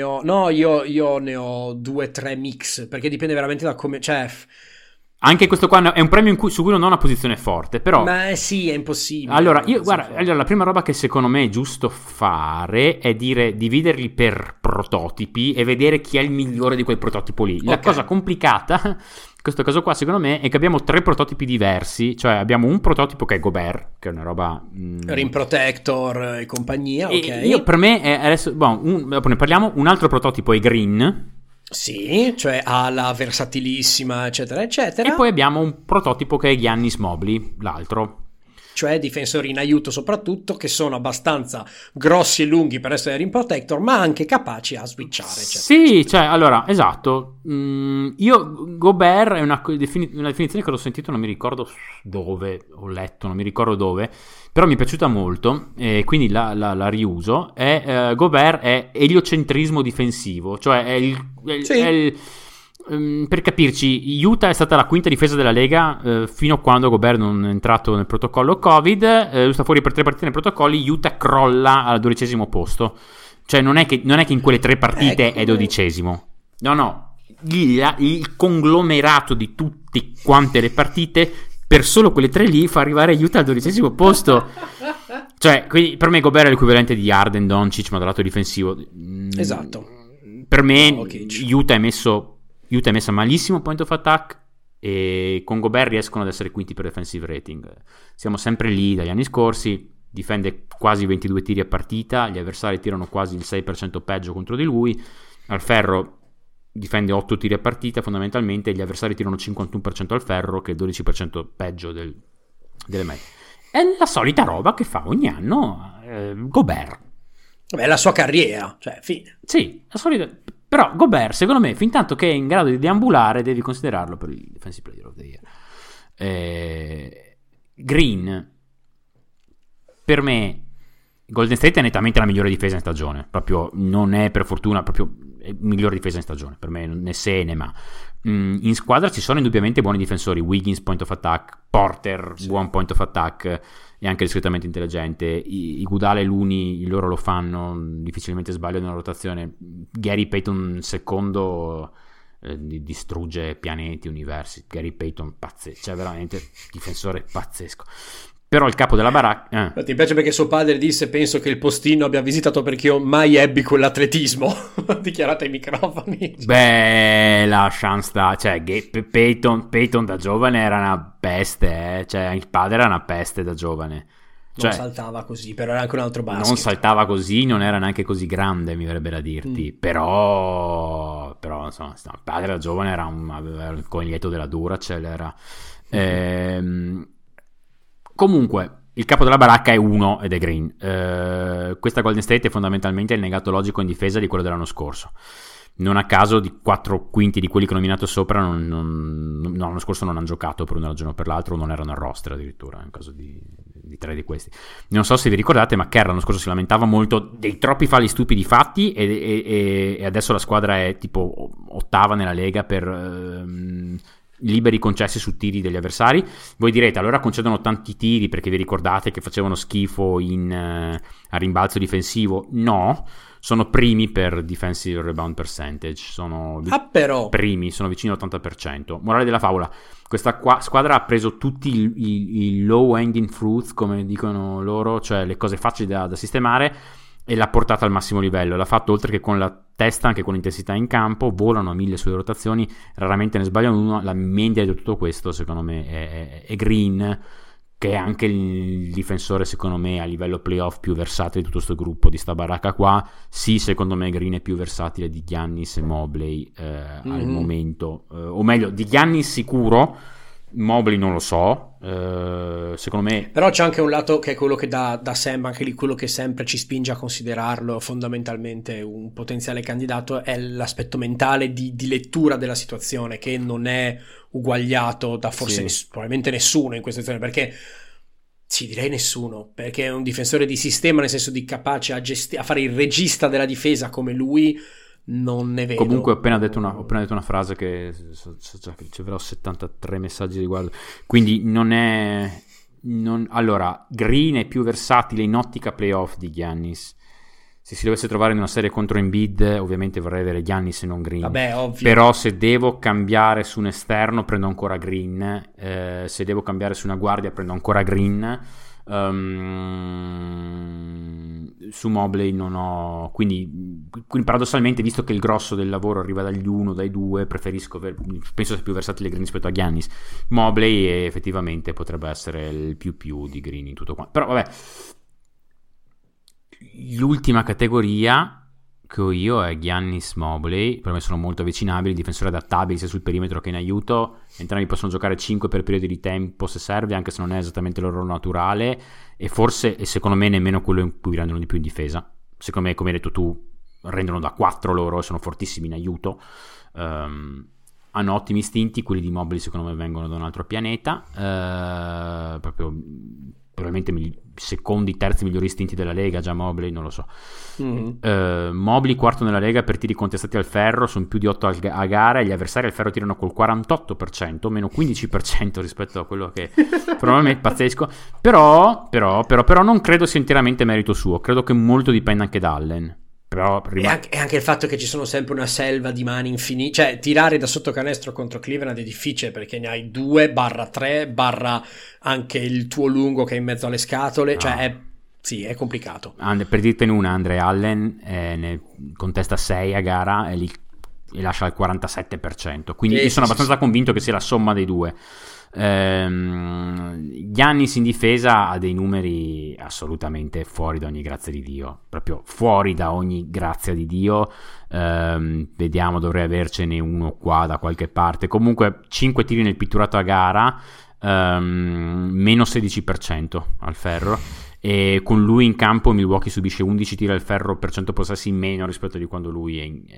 ho 2-3 mix, perché dipende veramente da come, cioè anche questo qua è un premio su cui non ho una posizione forte, però... Ma sì, è impossibile. Allora, la prima roba che secondo me è giusto fare è dividerli per prototipi e vedere chi è il migliore di quel prototipo lì. La cosa complicata, in questo caso qua, secondo me, è che abbiamo 3 prototipi diversi. Cioè, abbiamo un prototipo che è Gobert, che è una roba... Rim Protector e compagnia, ok. Io, per me, adesso... dopo ne parliamo. Un altro prototipo è Green... Sì, cioè ala versatilissima, eccetera, eccetera. E poi abbiamo un prototipo che è Giannis Mobley, l'altro. Cioè difensori in aiuto soprattutto, che sono abbastanza grossi e lunghi per essere rim protector, ma anche capaci a switchare, eccetera. Sì, cioè, allora, esatto. Io, Gobert è una definizione che l'ho sentito, non mi ricordo dove, ho letto, non mi ricordo dove, però mi è piaciuta molto, e quindi la riuso. Gobert è eliocentrismo difensivo, cioè è Per capirci, Utah è stata la quinta difesa della Lega fino a quando Gobert non è entrato nel protocollo Covid. Sta fuori per 3 partite nei protocolli. Utah crolla al 12° posto. Cioè non è che in quelle 3 partite è 12°. No, il conglomerato di tutte quante le partite per solo quelle 3 lì fa arrivare Utah al 12° posto. Cioè, quindi per me Gobert è l'equivalente di Harden, Doncic, ma dal lato difensivo. Esatto. Per me Okay. Utah è messa malissimo point of attack, e con Gobert riescono ad essere quinti per defensive rating. Siamo sempre lì dagli anni scorsi. Difende quasi 22 tiri a partita, gli avversari tirano quasi il 6% peggio contro di lui. Al ferro difende 8 tiri a partita fondamentalmente, gli avversari tirano 51% al ferro, che è il 12% peggio delle medie. È la solita roba che fa ogni anno Gobert. Beh, la sua carriera, cioè, fine. Sì, la solita. Però Gobert, secondo me, fin tanto che è in grado di deambulare, devi considerarlo per il Defensive Player of the Year. Green, per me, Golden State è nettamente la migliore difesa in stagione. Proprio non è per fortuna, proprio è migliore difesa in stagione. Per me, né se né ma. In squadra ci sono indubbiamente buoni difensori. Wiggins, point of attack. Porter, sì, buon point of attack e anche discretamente intelligente. Iguodala e Looney, loro lo fanno, difficilmente sbagliano nella rotazione. Gary Payton secondo distrugge pianeti, universi. Gary Payton pazzesco, cioè veramente difensore pazzesco. Però il capo della baracca... Ti piace perché suo padre disse: penso che il postino abbia visitato perché io mai ebbi quell'atletismo. Dichiarato ai microfoni. Beh, lasciamo sta. Cioè, Peyton da giovane era una peste, Cioè, il padre era una peste da giovane. Cioè, non saltava così, però era anche un altro basket. Non saltava così, non era neanche così grande, mi verrebbe da dirti. Però insomma, il padre da giovane aveva il coniglietto della Duracell, era... Comunque, il capo della baracca è uno ed è Green. Questa Golden State è fondamentalmente il negato logico in difesa di quello dell'anno scorso. Non a caso, di 4 quinti di quelli che ho nominato sopra l'anno scorso non hanno giocato per una ragione o per l'altra, o non erano al roster addirittura, in caso di 3 di questi. Non so se vi ricordate, ma Kerr l'anno scorso si lamentava molto dei troppi falli stupidi fatti, e adesso la squadra è tipo 8ª nella Lega per... liberi concessi su tiri degli avversari. Voi direte, allora concedono tanti tiri perché vi ricordate che facevano schifo a rimbalzo difensivo? No, sono primi per defensive rebound percentage, però primi, sono vicino all'80%. Morale della favola, questa squadra ha preso tutti i low hanging fruits, come dicono loro, cioè le cose facili da sistemare, e l'ha portata al massimo livello. L'ha fatto oltre che con la testa anche con l'intensità in campo, volano a 1000 sulle rotazioni, raramente ne sbagliano uno. La media di tutto questo secondo me è Green, che è anche il difensore secondo me a livello playoff più versatile di tutto questo gruppo, di sta baracca qua. Sì, secondo me Green è più versatile di Giannis e Mobley al momento, o meglio di Giannis sicuro, Mobley non lo so, secondo me. Però c'è anche un lato che è quello che da Sam, anche lì quello che sempre ci spinge a considerarlo fondamentalmente un potenziale candidato, è l'aspetto mentale di lettura della situazione, che non è uguagliato da forse probabilmente nessuno in questa situazione, perché sì, direi nessuno, perché è un difensore di sistema, nel senso di capace a fare il regista della difesa come lui. Non ne vedo. Comunque ho appena detto una frase che riceverò 73 messaggi di riguardo, quindi allora Green è più versatile in ottica playoff di Giannis. Se si dovesse trovare in una serie contro Embiid, ovviamente vorrei avere Giannis e non Green. Vabbè, ovvio. Però se devo cambiare su un esterno prendo ancora Green, se devo cambiare su una guardia prendo ancora Green. Su Mobley non ho, quindi paradossalmente, visto che il grosso del lavoro arriva dagli 1, dai 2, penso sia più versatile Green rispetto a Giannis. Mobley effettivamente potrebbe essere il più di Green in tutto quanto. Però vabbè, l'ultima categoria che ho io è Giannis, Mobley. Per me sono molto avvicinabili, difensori adattabili sia sul perimetro che in aiuto. Entrambi possono giocare 5 per periodi di tempo se serve, anche se non è esattamente il loro naturale, e forse, e secondo me, nemmeno quello in cui rendono di più in difesa. Secondo me, come hai detto tu, rendono da 4 loro e sono fortissimi in aiuto. Hanno ottimi istinti. Quelli di Mobley secondo me vengono da un altro pianeta, proprio probabilmente secondi, terzi migliori istinti della Lega, già Mobley, non lo so. Mobley quarto nella Lega per tiri contestati al ferro, sono più di 8 a gara, e gli avversari al ferro tirano col 48%, meno 15% rispetto a quello che probabilmente è pazzesco. Però non credo sia interamente merito suo, credo che molto dipenda anche da Allen. Però e anche il fatto che ci sono sempre una selva di mani infinite, cioè tirare da sotto canestro contro Cleveland è difficile perché ne hai 2/3 anche il tuo lungo che è in mezzo alle scatole, cioè è complicato. Per dirtene una, Andre Allen ne contesta 6 a gara e lascia il 47%, quindi io sono abbastanza convinto che sia la somma dei due. Giannis in difesa ha dei numeri assolutamente fuori da ogni grazia di Dio, proprio fuori da ogni grazia di Dio. Vediamo, dovrei avercene uno qua da qualche parte. Comunque 5 tiri nel pitturato a gara, meno 16% al ferro, e con lui in campo Milwaukee subisce 11 tiri al ferro per 100 possessi in meno rispetto di quando lui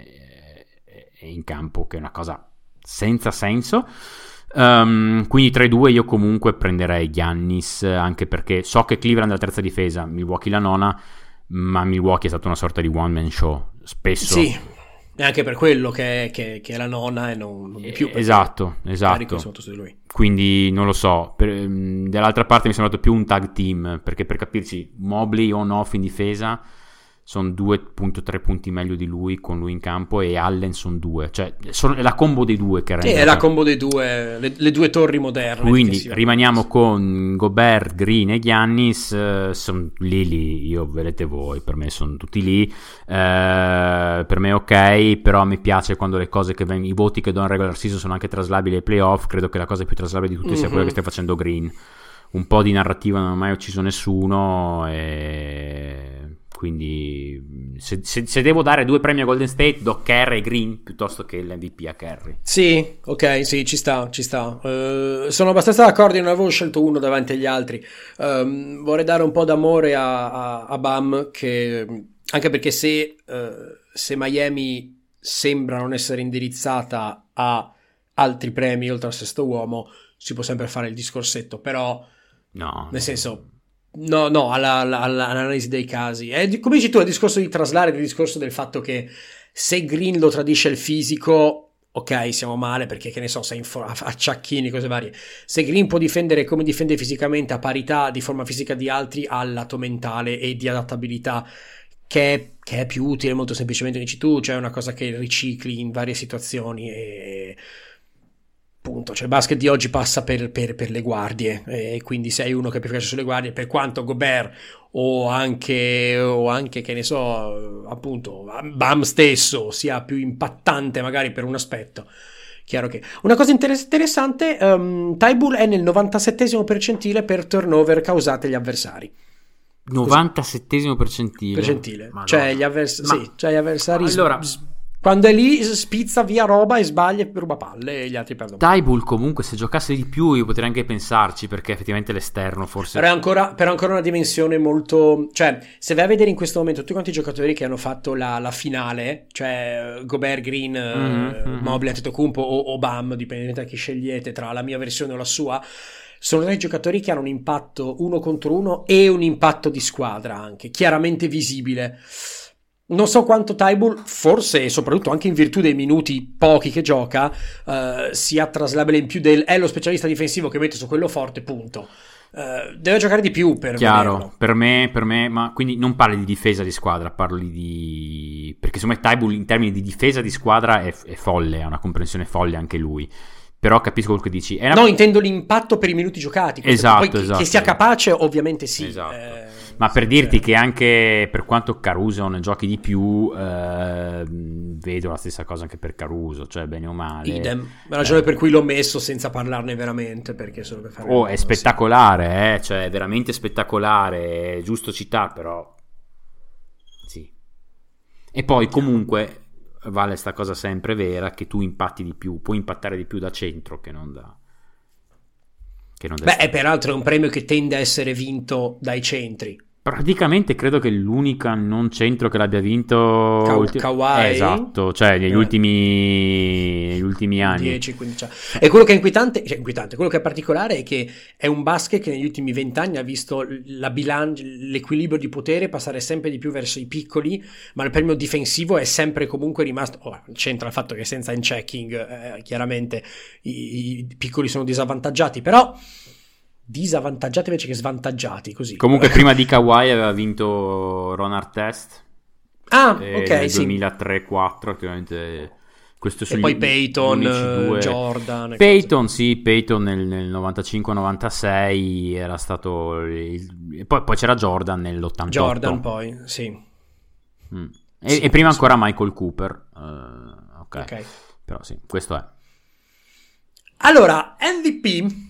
è in campo, che è una cosa senza senso. Quindi tra i due io comunque prenderei Giannis, anche perché so che Cleveland è la terza difesa, Milwaukee la nona, ma Milwaukee è stata una sorta di one man show spesso. Sì, e anche per quello che è la nona e non di più. Esatto. Su di lui. Quindi non lo so, dall'altra parte mi è sembrato più un tag team, perché per capirci Mobley on off in difesa sono 2.3 punti meglio di lui con lui in campo, e Allen sono 2, cioè è la combo dei due che rende. È la combo dei due, le due torri moderne. Quindi rimaniamo con Gobert, Green e Giannis. Sono lì, io vedete voi, per me sono tutti lì, per me ok, però mi piace quando le cose i voti che do in regular season sono anche traslabili ai playoff. Credo che la cosa più traslabile di tutti sia quella che stia facendo Green. Un po' di narrativa non ha mai ucciso nessuno, e quindi se devo dare 2 premi a Golden State, do Curry e Green piuttosto che l'MVP a Curry. Sì, ok, sì, ci sta. Sono abbastanza d'accordo, non avevo scelto uno davanti agli altri. Vorrei dare un po' d'amore a Bam, che anche perché se Miami sembra non essere indirizzata a altri premi oltre al sesto uomo, si può sempre fare il discorsetto, però nel senso no, all'analisi dei casi. Come dici tu, il discorso di traslare, il discorso del fatto che se Green lo tradisce il fisico, ok, siamo male perché, che ne so, sei a ciacchini, cose varie. Se Green può difendere come difende fisicamente, a parità di forma fisica di altri, ha il lato mentale e di adattabilità che è più utile, molto semplicemente dici tu, cioè una cosa che ricicli in varie situazioni, e punto. Cioè il basket di oggi passa per le guardie, e quindi sei uno che preferisce sulle guardie, per quanto Gobert o anche che ne so, appunto Bam stesso sia più impattante magari per un aspetto. Chiaro che una cosa interessante, Thybulle è nel 97esimo percentile per turnover causate agli avversari. 97esimo percentile. Cioè gli avversari allora, quando è lì spizza via roba e sbaglia e ruba palle e gli altri perdono. Thybulle comunque, se giocasse di più io potrei anche pensarci, perché effettivamente l'esterno forse però è ancora una dimensione molto, cioè se vai a vedere in questo momento tutti quanti i giocatori che hanno fatto la finale, cioè Gobert, Green, Mobley, Antetokounmpo o Bam, dipende da chi scegliete tra la mia versione o la sua, sono dei giocatori che hanno un impatto uno contro uno e un impatto di squadra anche chiaramente visibile. Non so quanto Thybulle, forse e soprattutto anche in virtù dei minuti pochi che gioca, sia traslabile in più è lo specialista difensivo che mette su quello forte, punto. Deve giocare di più per chiaro, vederlo. per me, ma quindi non parli di difesa di squadra, parli di, perché secondo me Thybulle in termini di difesa di squadra è folle, ha una comprensione folle anche lui. Però capisco quello che dici. No, intendo l'impatto per i minuti giocati. Esatto, poi esatto. Che sia capace, ovviamente sì. Esatto. Ma per dirti che anche per quanto Caruso ne giochi di più, vedo la stessa cosa anche per Caruso, cioè bene o male. Idem. La ragione per cui l'ho messo senza parlarne veramente, perché solo per fare è spettacolare, cioè è veramente spettacolare, è giusto citare, però sì. E poi comunque vale sta cosa sempre vera, che tu impatti di più, puoi impattare di più da centro che non da Beh, peraltro è un premio che tende a essere vinto dai centri, Praticamente credo che l'unica non centro che l'abbia vinto Kawhi. Esatto, cioè negli ultimi anni. 10-15 anni. E quello che è inquietante, quello che è particolare è che è un basket che negli ultimi 20 anni ha visto la l'equilibrio di potere passare sempre di più verso i piccoli, ma il premio difensivo è sempre comunque rimasto. C'entra il fatto che senza in-checking chiaramente i piccoli sono disavvantaggiati, però disavvantaggiati invece che svantaggiati, così. Comunque prima di Kawhi aveva vinto Ron Artest ok, nel sì, 2003-4, ovviamente questo e poi Peyton, 11-2. Jordan, Peyton nel 95-96 era stato poi c'era Jordan nell'88. Jordan poi, sì. E prima ancora Michael Cooper. Ok. Però sì, questo è. Allora, MVP.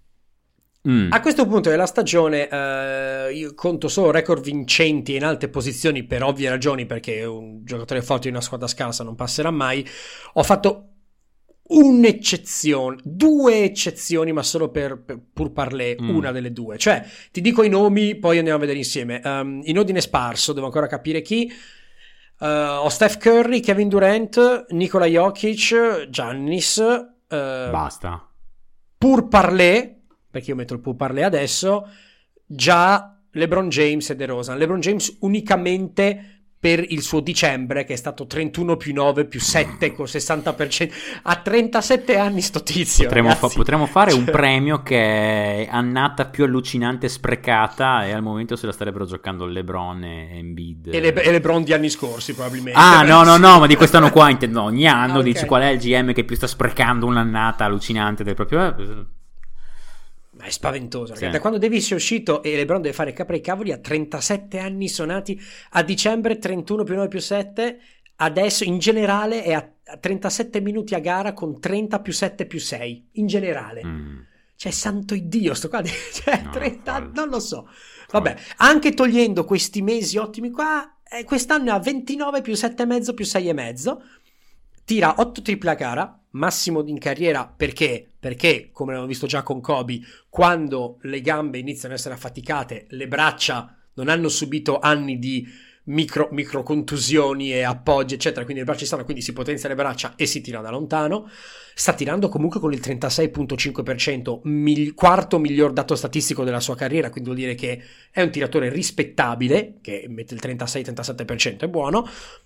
A questo punto della stagione io conto solo record vincenti in alte posizioni per ovvie ragioni, perché un giocatore forte di una squadra scarsa non passerà mai. Ho fatto un'eccezione, due eccezioni, ma solo per pur parlé una delle due. Cioè, ti dico i nomi, poi andiamo a vedere insieme. In ordine sparso, devo ancora capire chi. Ho Steph Curry, Kevin Durant, Nikola Jokic, Giannis. Basta. Pur parlé, perché io metto il pur parlé adesso, già LeBron James e DeRozan. LeBron James unicamente per il suo dicembre, che è stato 31 più 9 più 7 con 60%. A 37 anni sto tizio, potremmo fare un premio che è annata più allucinante e sprecata, e al momento se la starebbero giocando LeBron e Embiid. E LeBron di anni scorsi probabilmente. No, ma di quest'anno qua intendo. Ogni anno okay. Dici qual è il GM che più sta sprecando un'annata allucinante del proprio... Ma è spaventoso, sì. Da quando Davis è uscito e LeBron deve fare capre i cavoli a 37 anni suonati, a dicembre 31 più 9 più 7, adesso in generale è a 37 minuti a gara con 30 più 7 più 6, in generale. Cioè, santo Iddio, sto qua, cioè, no, 30, non lo so. Vabbè, anche togliendo questi mesi ottimi qua, quest'anno è a 29 più 7,5 più 6,5, tira 8 triple a gara, massimo in carriera. Perché, come abbiamo visto già con Kobe, quando le gambe iniziano ad essere affaticate, le braccia non hanno subito anni di micro contusioni e appoggi eccetera, quindi le braccia stanno, quindi si potenzia le braccia e si tira da lontano. Sta tirando comunque con il 36,5%, quarto miglior dato statistico della sua carriera, quindi vuol dire che è un tiratore rispettabile, che mette il 36-37%, è buono.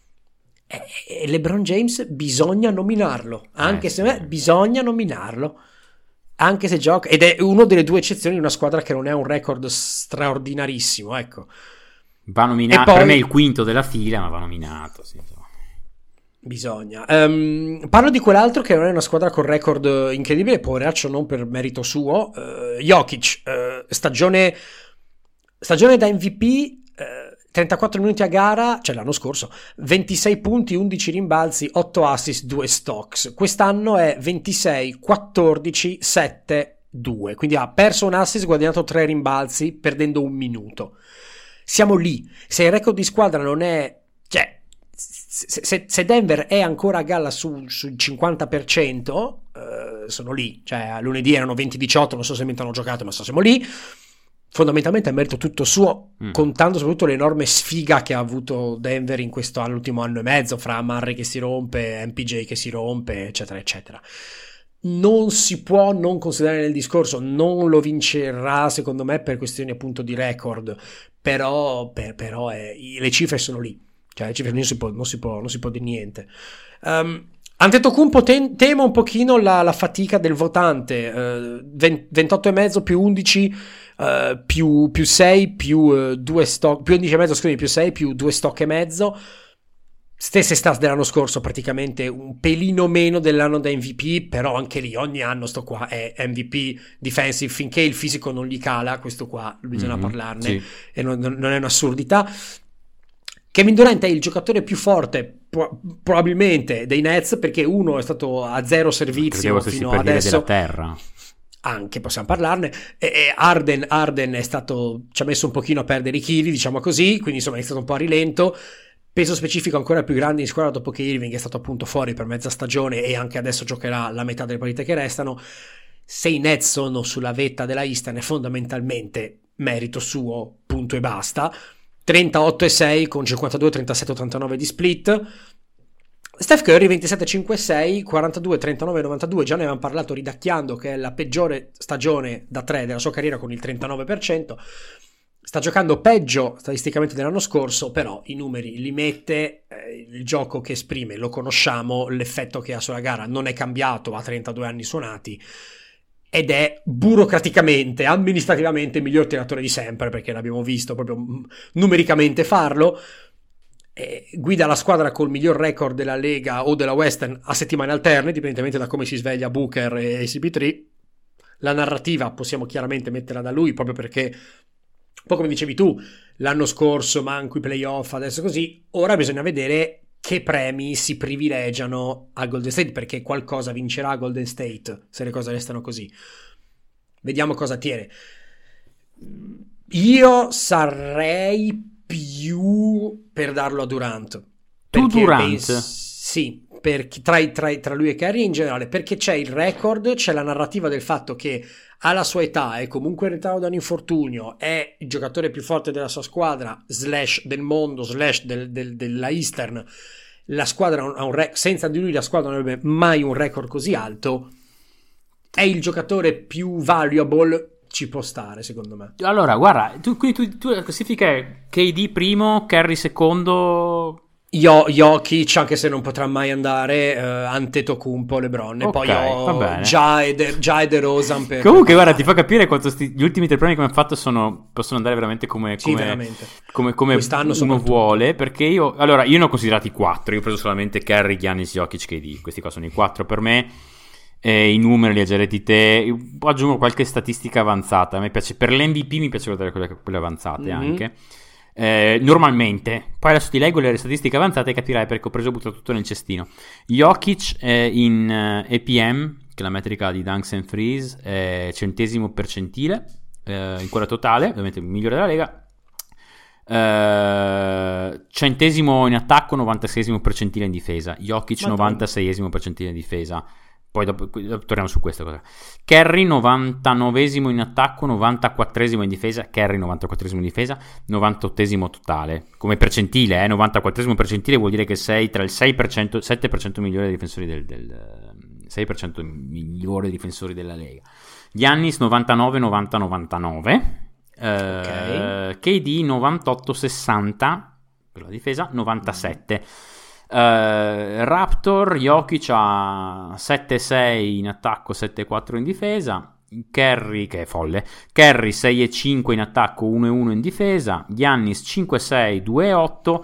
E LeBron James bisogna nominarlo, anche se me bisogna nominarlo, anche se gioca, ed è una delle due eccezioni di una squadra che non è un record straordinarissimo, ecco. Va nominato, poi, per me è il quinto della fila, ma va nominato, sì. Bisogna. Parlo di quell'altro che non è una squadra con record incredibile, poveraccio, non per merito suo. Jokic, stagione da MVP, 34 minuti a gara, cioè l'anno scorso, 26 punti, 11 rimbalzi, 8 assist, 2 stocks. Quest'anno è 26, 14, 7, 2. Quindi ha perso un assist, guadagnato 3 rimbalzi, perdendo un minuto. Siamo lì. Se il record di squadra non è... Cioè, se Denver è ancora a galla sul 50%, sono lì. Cioè, a lunedì erano 20-18, non so se mentre hanno giocato, ma siamo lì. Fondamentalmente è merito tutto suo, contando soprattutto l'enorme sfiga che ha avuto Denver in questo all'ultimo anno e mezzo, fra Murray che si rompe, MPJ che si rompe, eccetera eccetera. Non si può non considerare nel discorso, non lo vincerà secondo me per questioni appunto di record, però le cifre sono lì, cioè le cifre non si può dire niente. Antetokounmpo tema un pochino la fatica del votante, 28,5 più 11 più 6 più 2 stock, più 11,5 scusami, più 6 più 2 stock e mezzo, stesse stats dell'anno scorso, praticamente un pelino meno dell'anno da MVP, però anche lì ogni anno sto qua è MVP defensive, finché il fisico non gli cala, questo qua bisogna parlarne, sì. E non è un'assurdità. Kevin Durant è il giocatore più forte probabilmente dei Nets, perché uno è stato a zero servizio fino adesso della terra. Anche possiamo parlarne. E Harden è stato, ci ha messo un pochino a perdere i chili, diciamo così, quindi insomma è stato un po' a rilento. Peso specifico ancora più grande in squadra dopo che Irving è stato appunto fuori per mezza stagione e anche adesso giocherà la metà delle partite che restano. Se i Nets sono sulla vetta della Eastern è fondamentalmente merito suo, punto e basta. 38,6 con 52, 37, 89 di split. Steph Curry 27,5,6, 42, 39, 92. Già ne avevamo parlato ridacchiando che è la peggiore stagione da 3 della sua carriera con il 39%. Sta giocando peggio statisticamente dell'anno scorso, però i numeri li mette, il gioco che esprime lo conosciamo, l'effetto che ha sulla gara non è cambiato, ha 32 anni suonati ed è burocraticamente, amministrativamente il miglior tiratore di sempre, perché l'abbiamo visto proprio numericamente farlo. Guida la squadra col miglior record della Lega o della Western a settimane alterne, dipendentemente da come si sveglia Booker e CP3. La narrativa possiamo chiaramente metterla da lui, proprio perché, un po' come dicevi tu, l'anno scorso manco i playoff, adesso così. Ora bisogna vedere che premi si privilegiano a Golden State, perché qualcosa vincerà Golden State se le cose restano così. Vediamo cosa tiene. Io sarei più per darlo a Durant. Tu Durant? Sì, perché tra lui e Curry in generale, perché c'è il record, c'è la narrativa del fatto che alla sua età è comunque in ritardo da un infortunio, è il giocatore più forte della sua squadra, / del mondo, / della Eastern. La squadra ha un record, senza di lui la squadra non avrebbe mai un record così alto. È il giocatore più valuable, ci può stare secondo me. Allora guarda, tu la classifica è KD primo, Curry secondo, Jokic, anche se non potrà mai andare, Antetokounmpo, LeBron, e poi già e DeRozan per... Comunque guarda, ti fa capire quanto gli ultimi 3 premi che abbiamo fatto possono andare veramente come uno vuole, perché io ne ho considerati 4, io ho preso solamente Curry, Giannis, Jokic, KD, questi qua sono i 4 per me. I numeri li hai già letti te, aggiungo qualche statistica avanzata. A me piace, per l'MVP mi piace guardare quelle avanzate anche. Normalmente, poi adesso ti leggo le statistiche avanzate e capirai perché ho preso e buttato tutto nel cestino. Jokic in APM, che è la metrica di dunks and threes, centesimo percentile in quella totale, ovviamente il migliore della Lega. Centesimo in attacco, 96esimo percentile in difesa. Jokic 96esimo percentile in difesa. Poi dopo torniamo su questa cosa. Curry 99esimo in attacco, 94esimo in difesa. Curry 94esimo in difesa, 98esimo totale. Come percentile, 94esimo percentile vuol dire che sei tra il 6%, 7% migliore dei difensori del 6% migliore dei difensori della Lega. Giannis 99, 90, 99. KD 98, 60 per la difesa, 97. Raptor, Jokic ha 7-6 in attacco, 7-4 in difesa. Curry, che è folle, Curry 6-5 in attacco, 1-1 in difesa. Giannis 5-6, 2-8.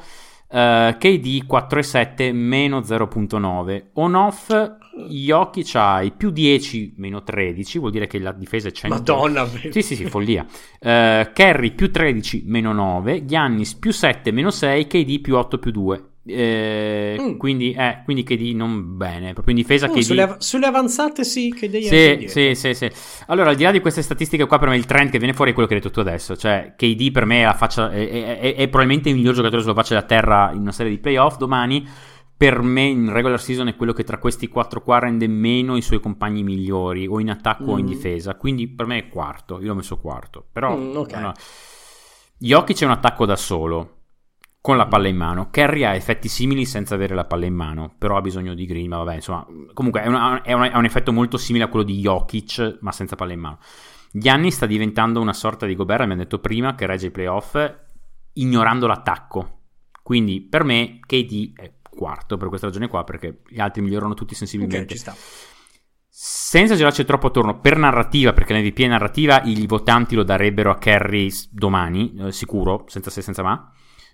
KD 4-7, meno 0.9. On-off, Jokic ha i più 10, meno 13, vuol dire che la difesa è 100. Madonna, sì, follia. Curry più 13, meno 9. Giannis più 7, meno 6. KD più 8, più 2. Quindi KD non bene, proprio in difesa. Sulle avanzate sì, KD sì. Allora, al di là di queste statistiche qua, per me il trend che viene fuori è quello che hai detto tu adesso, cioè KD per me è probabilmente il miglior giocatore sulla faccia della terra in una serie di playoff domani. Per me in regular season è quello che tra questi 4 qua rende meno i suoi compagni migliori, o in attacco o in difesa, quindi per me è quarto, io l'ho messo quarto, però no. Jokic è un attacco da solo con la palla in mano. Curry ha effetti simili senza avere la palla in mano, però ha bisogno di green, ma vabbè, insomma, comunque è un effetto molto simile a quello di Jokic, ma senza palla in mano. Giannis sta diventando una sorta di Gobert, abbiamo detto prima, che regge i playoff ignorando l'attacco, quindi per me KD è quarto per questa ragione qua, perché gli altri migliorano tutti sensibilmente. Ci sta. Senza girarci troppo attorno, per narrativa, perché l'MVP è narrativa, i votanti lo darebbero a Curry domani, sicuro, senza se senza ma.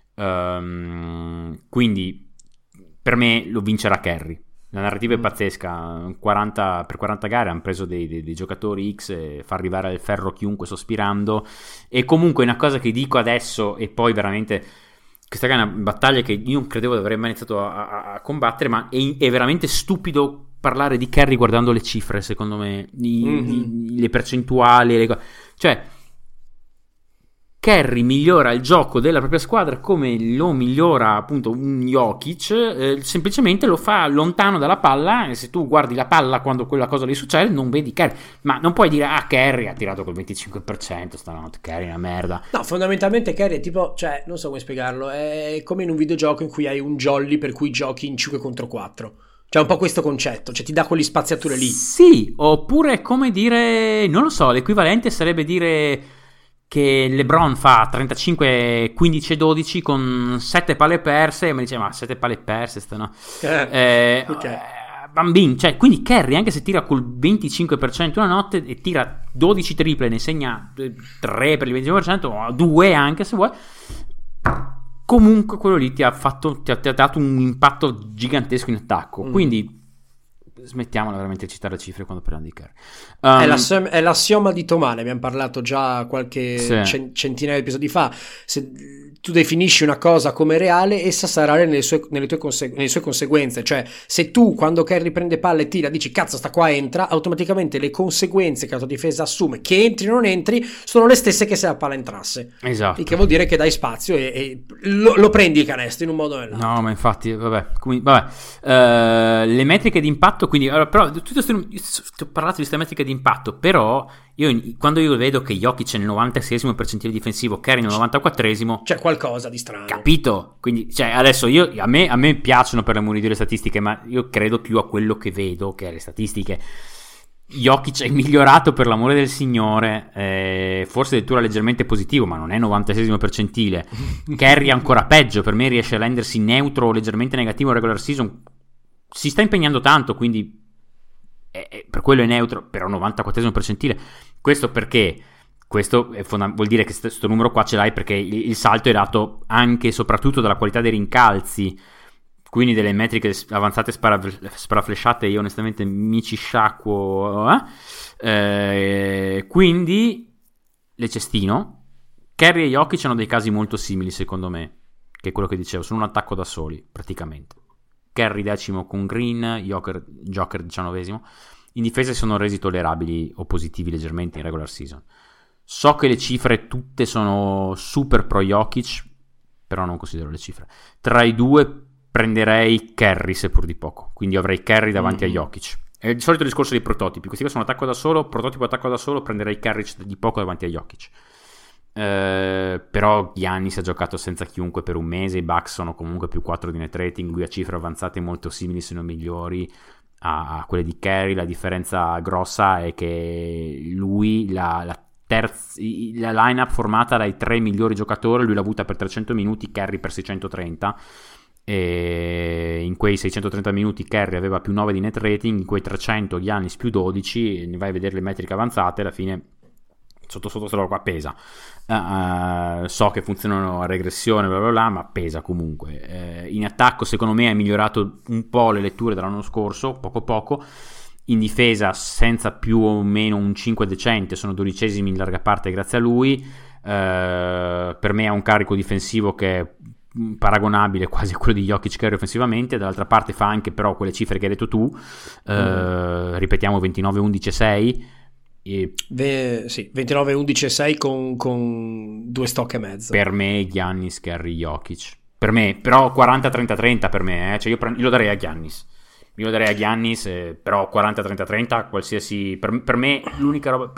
Quindi per me lo vincerà Curry. La narrativa è pazzesca. 40 gare hanno preso dei giocatori X e fa arrivare al ferro chiunque sospirando. E comunque una cosa che dico adesso, e poi veramente questa è una battaglia che io non credevo di aver mai iniziato a combattere, ma è veramente stupido parlare di Curry guardando le cifre, secondo me, le percentuali, cioè Curry migliora il gioco della propria squadra come lo migliora appunto un Jokic, semplicemente lo fa lontano dalla palla, e se tu guardi la palla quando quella cosa lì succede non vedi Curry, ma non puoi dire Curry ha tirato col 25% stanotte, Curry è una merda. No, fondamentalmente Curry è tipo, cioè non so come spiegarlo, è come in un videogioco in cui hai un jolly per cui giochi in 5 contro 4. Cioè un po' questo concetto, cioè ti dà quelle spaziature lì. Sì, oppure come dire, non lo so, l'equivalente sarebbe dire che LeBron fa 35, 15 e 12 con 7 palle perse, e mi dice ma 7 palle perse stanno Okay. bambini, cioè quindi Curry anche se tira col 25% una notte e tira 12 triple, ne segna 3 per il 25%, o 2 anche se vuoi, comunque quello lì ti ha dato un impatto gigantesco in attacco. Quindi smettiamola veramente di citare le cifre quando parliamo di Curry. È l'assioma di Tomane, abbiamo parlato già qualche centinaia di episodi fa. Se tu definisci una cosa come reale, essa sarà nelle sue conseguenze. Cioè, se tu quando Curry prende palla e tira dici cazzo sta qua entra, automaticamente le conseguenze che la tua difesa assume, che entri o non entri, sono le stesse che se la palla entrasse. Esatto. Il che vuol dire che dai spazio e lo prendi il canestro in un modo o nell'altro. No, ma infatti, vabbè. Le metriche di impatto, quindi, allora, però, ti ho parlato di queste metriche di impatto, però quando io vedo che Jokic è nel 96esimo percentile difensivo, Curry nel 94esimo, c'è qualcosa di strano. Capito? Quindi, cioè, adesso a me piacciono per l'amore di Dio le statistiche, ma io credo più a quello che vedo che alle statistiche. Jokic è migliorato per l'amore del Signore, forse addirittura leggermente positivo, ma non è 96esimo percentile. Curry è ancora peggio, per me riesce a rendersi neutro o leggermente negativo in regular season. Si sta impegnando tanto, quindi per quello è neutro, però 94esimo percentile. Questo perché? Questo vuol dire che questo numero qua ce l'hai perché il salto è dato anche e soprattutto dalla qualità dei rincalzi, quindi delle metriche avanzate sparaflesciate io onestamente mi ci sciacquo, quindi le cestino. Curry e Jokic hanno dei casi molto simili secondo me, che è quello che dicevo, sono un attacco da soli praticamente. Curry 10° con Green, Joker 19°. In difesa si sono resi tollerabili o positivi leggermente in regular season. So che le cifre tutte sono super pro Jokic, però non considero le cifre. Tra i due prenderei Curry seppur di poco, quindi avrei Curry davanti a Jokic. È il solito discorso dei prototipi, questi qua sono attacco da solo, prototipo attacco da solo, prenderei Curry di poco davanti a Jokic. Però Giannis ha giocato senza chiunque per un mese, i Bucks sono comunque più 4 di net rating, lui ha cifre avanzate molto simili se non migliori a quelle di Curry. La differenza grossa è che lui la lineup formata dai 3 migliori giocatori lui l'ha avuta per 300 minuti, Curry per 630, e in quei 630 minuti Curry aveva più 9 di net rating, in quei 300 Giannis più 12, ne vai a vedere le metriche avanzate, alla fine sotto solo qua pesa. So che funzionano a regressione bla bla bla, ma pesa comunque. In attacco secondo me ha migliorato un po' le letture dell'anno scorso, poco. In difesa senza più o meno un 5 decente, sono 12esimi in larga parte grazie a lui. Per me ha un carico difensivo che è paragonabile quasi a quello di Jokic Curry offensivamente. Dall'altra parte fa anche però quelle cifre che hai detto tu, ripetiamo 29, 11 e 6. Sì, 29, 11 e 6 con 2 stock e mezzo. Per me Giannis, Curry, Jokic. Per me, però 40-30-30 per me, cioè io lo darei a Giannis. Io lo darei a Giannis, però 40-30-30 qualsiasi. Per me l'unica roba,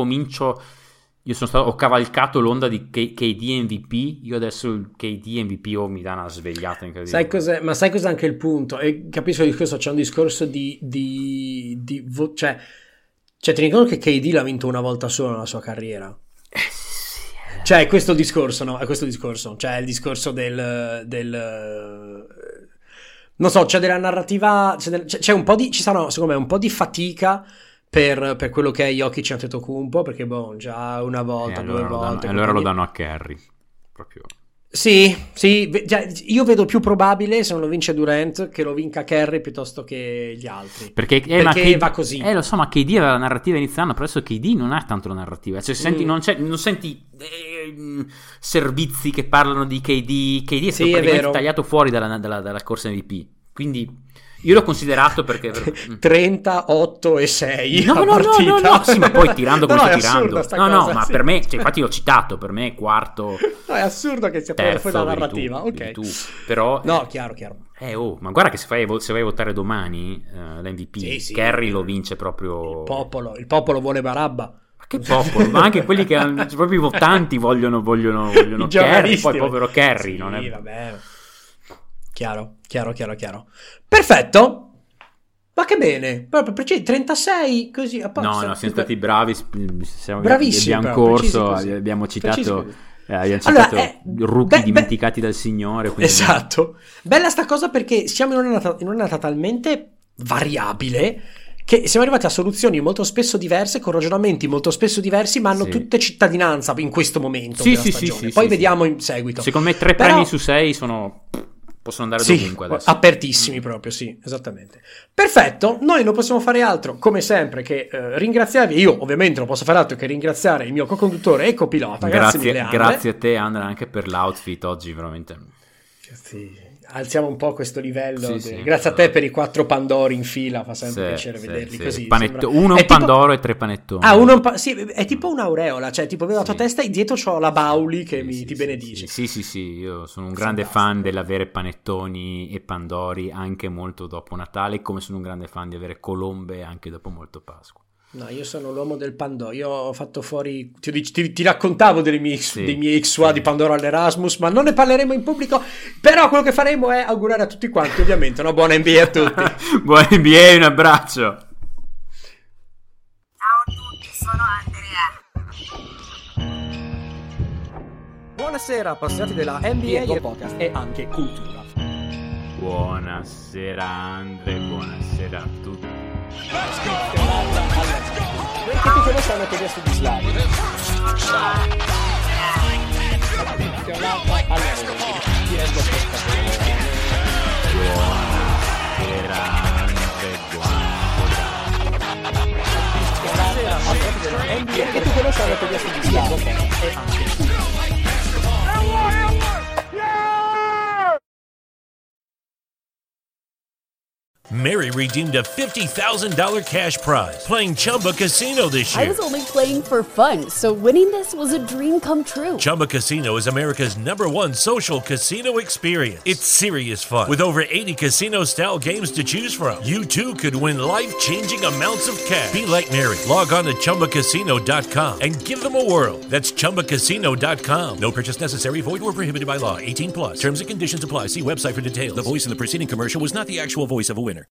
ho cavalcato l'onda di KD MVP. Io adesso il KD MVP mi dà una svegliata incredibile. Ma sai cos'è anche il punto? E capisco il discorso, c'è un discorso cioè ti ricordo che KD l'ha vinto una volta sola nella sua carriera. Cioè è questo discorso, no? È questo discorso. Cioè è il discorso del non so, c'è della narrativa, c'è un po' di, ci sarà secondo me un po' di fatica per quello che è Jokic e Antetokounmpo, perché già una volta, due volte. Allora lo danno a Curry. Proprio. Sì, io vedo più probabile se non lo vince Durant che lo vinca Curry piuttosto che gli altri, perché va così. Lo so, ma KD aveva la narrativa iniziando, però adesso KD non ha tanto la narrativa, cioè non senti servizi che parlano di KD è praticamente tagliato fuori dalla corsa MVP, quindi Io l'ho considerato perché 38 e 6 no, sì, ma poi tirando come sto tirando. Cosa, ma sì. per me, cioè, infatti l'ho citato, per me è quarto. No, è assurdo che sia fuori terzo, dalla vedi narrativa. tu, Ok. vedi tu. Però No, chiaro. ma guarda che se vai a votare domani l'MVP, Sì. Kerry lo vince proprio. Il popolo vuole Barabba. Ma che popolo? Ma anche quelli che hanno, proprio i votanti vogliono I Kerry, giornalisti, poi povero Kerry, sì, non è. Vabbè. Chiaro. Perfetto. Ma che bene. Proprio 36 così a posto. No, siamo stati bravi. Bravissimi, Abbiamo però, corso, precisi abbiamo così. citato. Precisi così. Abbiamo citato rookie beh, dimenticati dal Signore. Quindi. Esatto. Bella sta cosa perché siamo in un'annata talmente variabile che siamo arrivati a soluzioni molto spesso diverse, con ragionamenti molto spesso diversi, ma hanno Sì. tutte cittadinanza in questo momento Sì, della sì, stagione. sì, Poi sì, vediamo in seguito. Secondo me 3 Però- premi su 6 possono andare dovunque adesso. apertissimi proprio, sì, esattamente. Perfetto, noi non possiamo fare altro, come sempre, che ringraziarvi. Io ovviamente non posso fare altro che ringraziare il mio co-conduttore e copilota. Grazie mille, Andre. Grazie a te, Andrea, anche per l'outfit oggi, veramente. Sì, alziamo un po' questo livello. Sì. Grazie a te per i 4 Pandori in fila, fa sempre piacere Sì, vederli sì. così. Uno È un tipo- Pandoro e 3 panettoni. sì, è tipo un'aureola, cioè tipo vedo la tua Sì. testa e dietro c'ho la Bauli che Sì, ti sì, benedice. Sì, io sono un grande fan dell'avere panettoni e pandori anche molto dopo Natale, come sono un grande fan di avere colombe anche dopo molto Pasqua. No, io sono l'uomo del Pandoro. Io ho fatto fuori. Ti raccontavo dei miei ex di Pandoro all'Erasmus, ma non ne parleremo in pubblico. Però quello che faremo è augurare a tutti quanti, ovviamente, una buona NBA a tutti. Buon NBA, un abbraccio. Ciao a tutti, sono Andrea. Buonasera, appassionati della NBA Diego Podcast e anche cultura. Buonasera Andre, buonasera a tutti. Non tutti conoscono teoria sugli slavi. Diego Buonasera Andre, buonasera. Non tutti conoscono teoria sugli slavi. E anche cultura. Mary redeemed a $50,000 cash prize playing Chumba Casino this I year. was only playing for fun, so winning this was a dream come true. Chumba Casino is America's #1 social casino experience. It's serious fun. With over 80 casino-style games to choose from, you too could win life-changing amounts of cash. Be like Mary. Log on to ChumbaCasino.com and give them a whirl. That's ChumbaCasino.com. No purchase necessary. Void or prohibited by law. 18+. Terms and conditions apply. See website for details. The voice in the preceding commercial was not the actual voice of a winner.